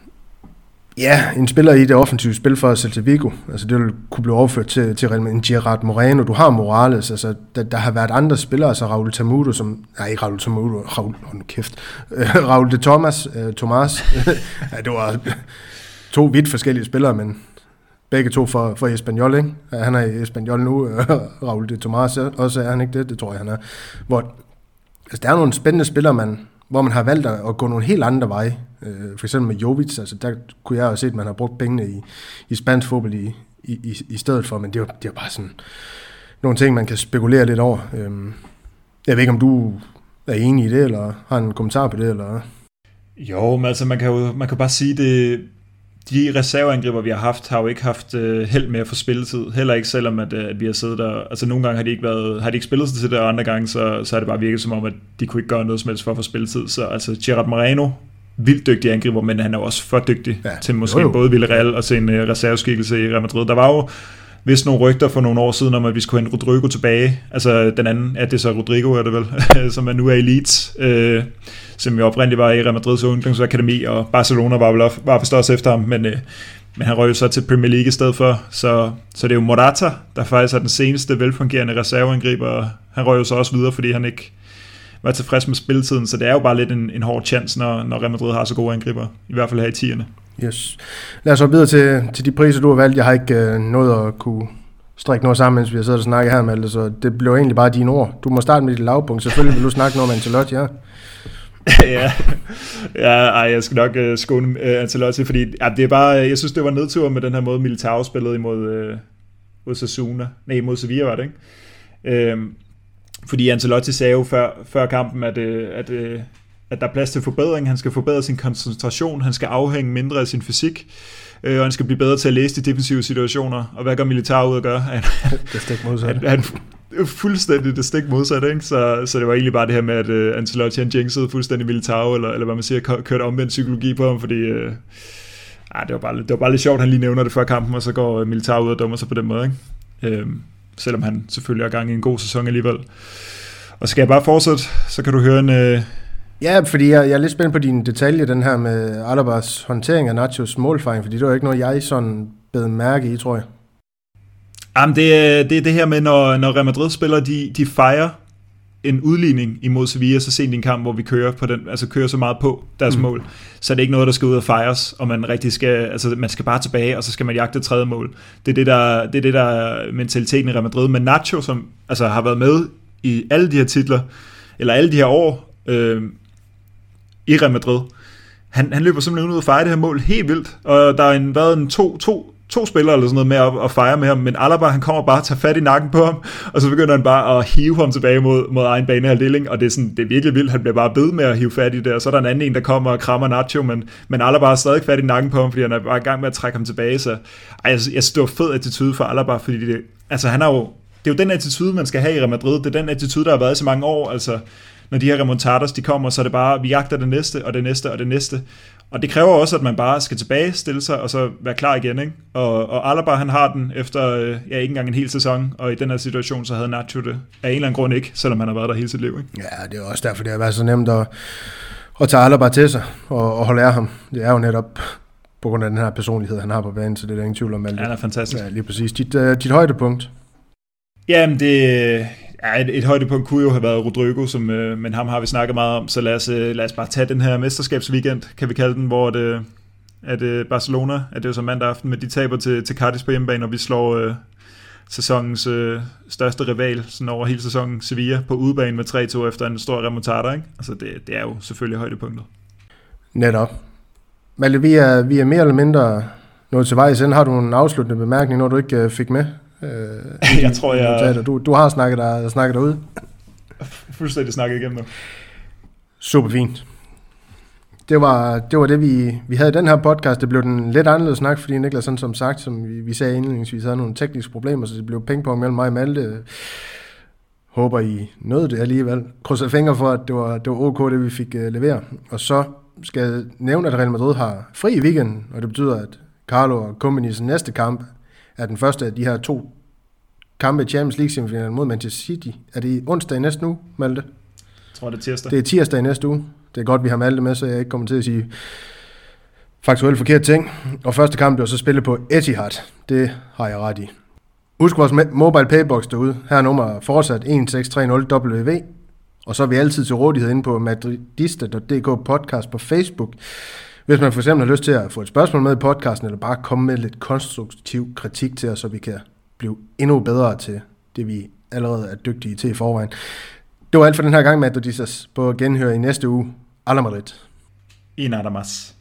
ja, en spiller i det offensive spil for Celta Vigo. Altså det ville kunne blive overført til, til Real Madrid. Gerard Moreno, du har Morales, altså der, der har været andre spillere, altså Raúl Tamudo, som, nej ikke Raúl Tamudo, Raúl, oh, kæft, uh, Raúl de Thomas, uh, Thomas, ja, det var to vidt forskellige spillere, men begge to for, for Espanyol, ikke? Han er i Espanyol nu, uh, Raúl de Thomas også, er han ikke det? Det tror jeg, han er. Hvor, altså der er nogle spændende spillere, man hvor man har valgt at gå nogle helt andre veje. For eksempel med Jovic, altså der kunne jeg jo se, at man har brugt pengene i, i spansk fodbold i, i, i stedet for, men det er jo det er bare sådan nogle ting, man kan spekulere lidt over. Jeg ved ikke, om du er enig i det, eller har en kommentar på det, eller? Jo, men altså man kan jo man kan bare sige, det de reserveangriber, vi har haft, har jo ikke haft uh, held med at få spilletid. Heller ikke, selvom at, uh, at vi har siddet der. Altså nogle gange har de ikke været, har de ikke spillet sig til det, og andre gange, så, så har det bare virket som om, at de kunne ikke gøre noget som helst for at få spilletid. Så altså Gerard Moreno, vildt dygtig angriber, men han er også for dygtig ja, til måske jo, jo. både Villarreal og til en uh, reserveskikkelse i Real Madrid. Der var jo vist nogle rygter for nogle år siden om, at vi skulle hente Rodrigo tilbage. Altså den anden, at det så Rodrigo er det vel, som er nu er i Leeds, øh, som jo oprindeligt var i Real Madrids ungdomsakademi, og Barcelona var vel var vist også efter ham, men, øh, men han røg jo så til Premier League i stedet for, så, så det er jo Morata, der faktisk er den seneste velfungerende reserveangriber, og han røg jo så også videre, fordi han ikke var tilfreds med spilletiden, så det er jo bare lidt en, en hård chance, når, når Real Madrid har så gode angriber, i hvert fald her i tierne. Yes. Lad os så videre til, til de priser, du har valgt. Jeg har ikke øh, nået at kunne strikke noget sammen, mens vi har siddet og snakket her, Malte, så det blev egentlig bare dine ord. Du må starte med dit lavpunkt. Selvfølgelig vil du snakke noget om Ancelotti, ja. ja, ja ej, jeg skal nok uh, skåne uh, Ancelotti, fordi ja, det er bare, jeg synes, det var nedtur med den her måde, Militao spillede imod uh, mod Sasuna. Nej, mod Sevilla var det, ikke? Uh, fordi Ancelotti sagde jo før, før kampen, at, uh, at uh, at der er plads til forbedring, han skal forbedre sin koncentration, han skal afhænge mindre af sin fysik, øh, og han skal blive bedre til at læse de defensive situationer. Og hvad gør Militao ud at gøre? Han, det stik modsat. Han, han, fuldstændig det stik modsat, ikke? Så, så det var egentlig bare det her med, at uh, Ancelotti han jinxede fuldstændig Militao, eller, eller hvad man siger, kørte omvendt psykologi på ham, fordi uh, ah, det, var bare, det var bare lidt sjovt, han lige nævner det før kampen, og så går Militao ud og dummer sig på den måde, ikke? Øh, selvom han selvfølgelig er gang i en god sæson alligevel. Og skal jeg bare fortsætte, så kan du høre en... Uh, Ja, fordi jeg, jeg er lidt spændt på dine detaljer, den her med Alabas håndtering af Nachos målfejring, fordi det var ikke noget, jeg sådan bed mærke i, tror jeg. Jamen, det er det, er det her med, når, når Real Madrid-spillere, de, de fejrer en udligning imod Sevilla, så sent i en kamp, hvor vi kører, på den, altså kører så meget på deres mm. mål, så er det ikke noget, der skal ud og fejres, og man rigtig skal, altså man skal bare tilbage, og så skal man jagte tredje mål. Det er det, der, det er det, der er mentaliteten i Real Madrid. Men Nacho, som altså har været med i alle de her titler, eller alle de her år, øh, i Real Madrid. Han, han løber simpelthen ud og fejrer det her mål helt vildt, og der er en, været en to, to, to spillere eller sådan noget med at, at fejre med ham, men Alaba, han kommer bare og tager fat i nakken på ham, og så begynder han bare at hive ham tilbage mod, mod egen banehalvdel, og det er, sådan, det er virkelig vildt, han bliver bare ved med at hive fat i det, og så er der en anden en, der kommer og krammer Nacho, men, men Alaba har stadig fat i nakken på ham, fordi han er bare i gang med at trække ham tilbage, så ej, jeg, jeg synes, det var fed attitude for Alaba, fordi det, altså han har jo, det er jo den attitude, man skal have i Real Madrid, det er den attitude, der har været i så mange år, altså når de her remontadas, de kommer, så er det bare, vi jagter det næste, og det næste, og det næste. Og det kræver også, at man bare skal tilbage, stille sig, og så være klar igen, ikke? Og, og Alaba, han har den efter, ja, ikke engang en hel sæson, og i den her situation, så havde Nacho det af en eller anden grund ikke, selvom han har været der hele sit liv, ikke? Ja, det er også derfor, det har været så nemt at, at tage Alaba til sig, og, og holde af ham. Det er jo netop på grund af den her personlighed, han har på banen, så det er der ingen tvivl om. Ja, han er fantastisk. Ja, lige præcis. Dit, uh, dit højdepunkt? Jamen, det... Ja, et, et højdepunkt kunne jo have været Rodrygo, som, øh, men ham har vi snakket meget om, så lad os, øh, lad os bare tage den her mesterskabsweekend, kan vi kalde den, hvor det, at, øh, Barcelona, at det er jo så mandag aften, men de taber til, til Cadiz på hjemmebane, og vi slår øh, sæsonens øh, største rival sådan over hele sæsonen, Sevilla, på udebane med tre to efter en stor remontada, ikke? Altså det, det er jo selvfølgelig højdepunktet. Netop. Malte, vi er, vi er mere eller mindre nået til vejs ende. Har du en afsluttende bemærkning, når du ikke øh, fik med? Øh, jeg tror, jeg... Du, du har snakket, der, snakket derude. Fuldstændig snakket igennem nu. Super fint. Det var det, var det vi, vi havde i den her podcast. Det blev den lidt anderledes snak, fordi Niklas, sådan som sagt, som vi, vi sagde indledningsvis, havde nogle tekniske problemer, så det blev pingpong mellem mig og Malte. Håber I nåede det alligevel. Krydser fingre for, at det var, det var ok, det vi fik uh, levere. Og så skal jeg nævne, at Real Madrid har fri i weekenden, og det betyder, at Carlo og Company's næste kamp er den første af de her to kampe i Champions League-semifinalen mod Manchester City. Er det onsdag i næste uge, Malte? Jeg tror, det er tirsdag. Det er tirsdag i næste uge. Det er godt, vi har Malte med, så jeg ikke kommer til at sige faktuelt forkert ting. Og første kamp bliver så spillet på Etihad. Det har jeg ret i. Husk vores mobile paybox derude. Her er nummer fortsat et seks tre nul W V. Og så er vi altid til rådighed inde på madridista punktum d k podcast på Facebook. Hvis man for eksempel har lyst til at få et spørgsmål med i podcasten, eller bare komme med lidt konstruktiv kritik til os, så vi kan blive endnu bedre til det, vi allerede er dygtige til i forvejen. Det var alt for den her gang, Madridistas, på genhør i næste uge. A la Madrid. Y nada más.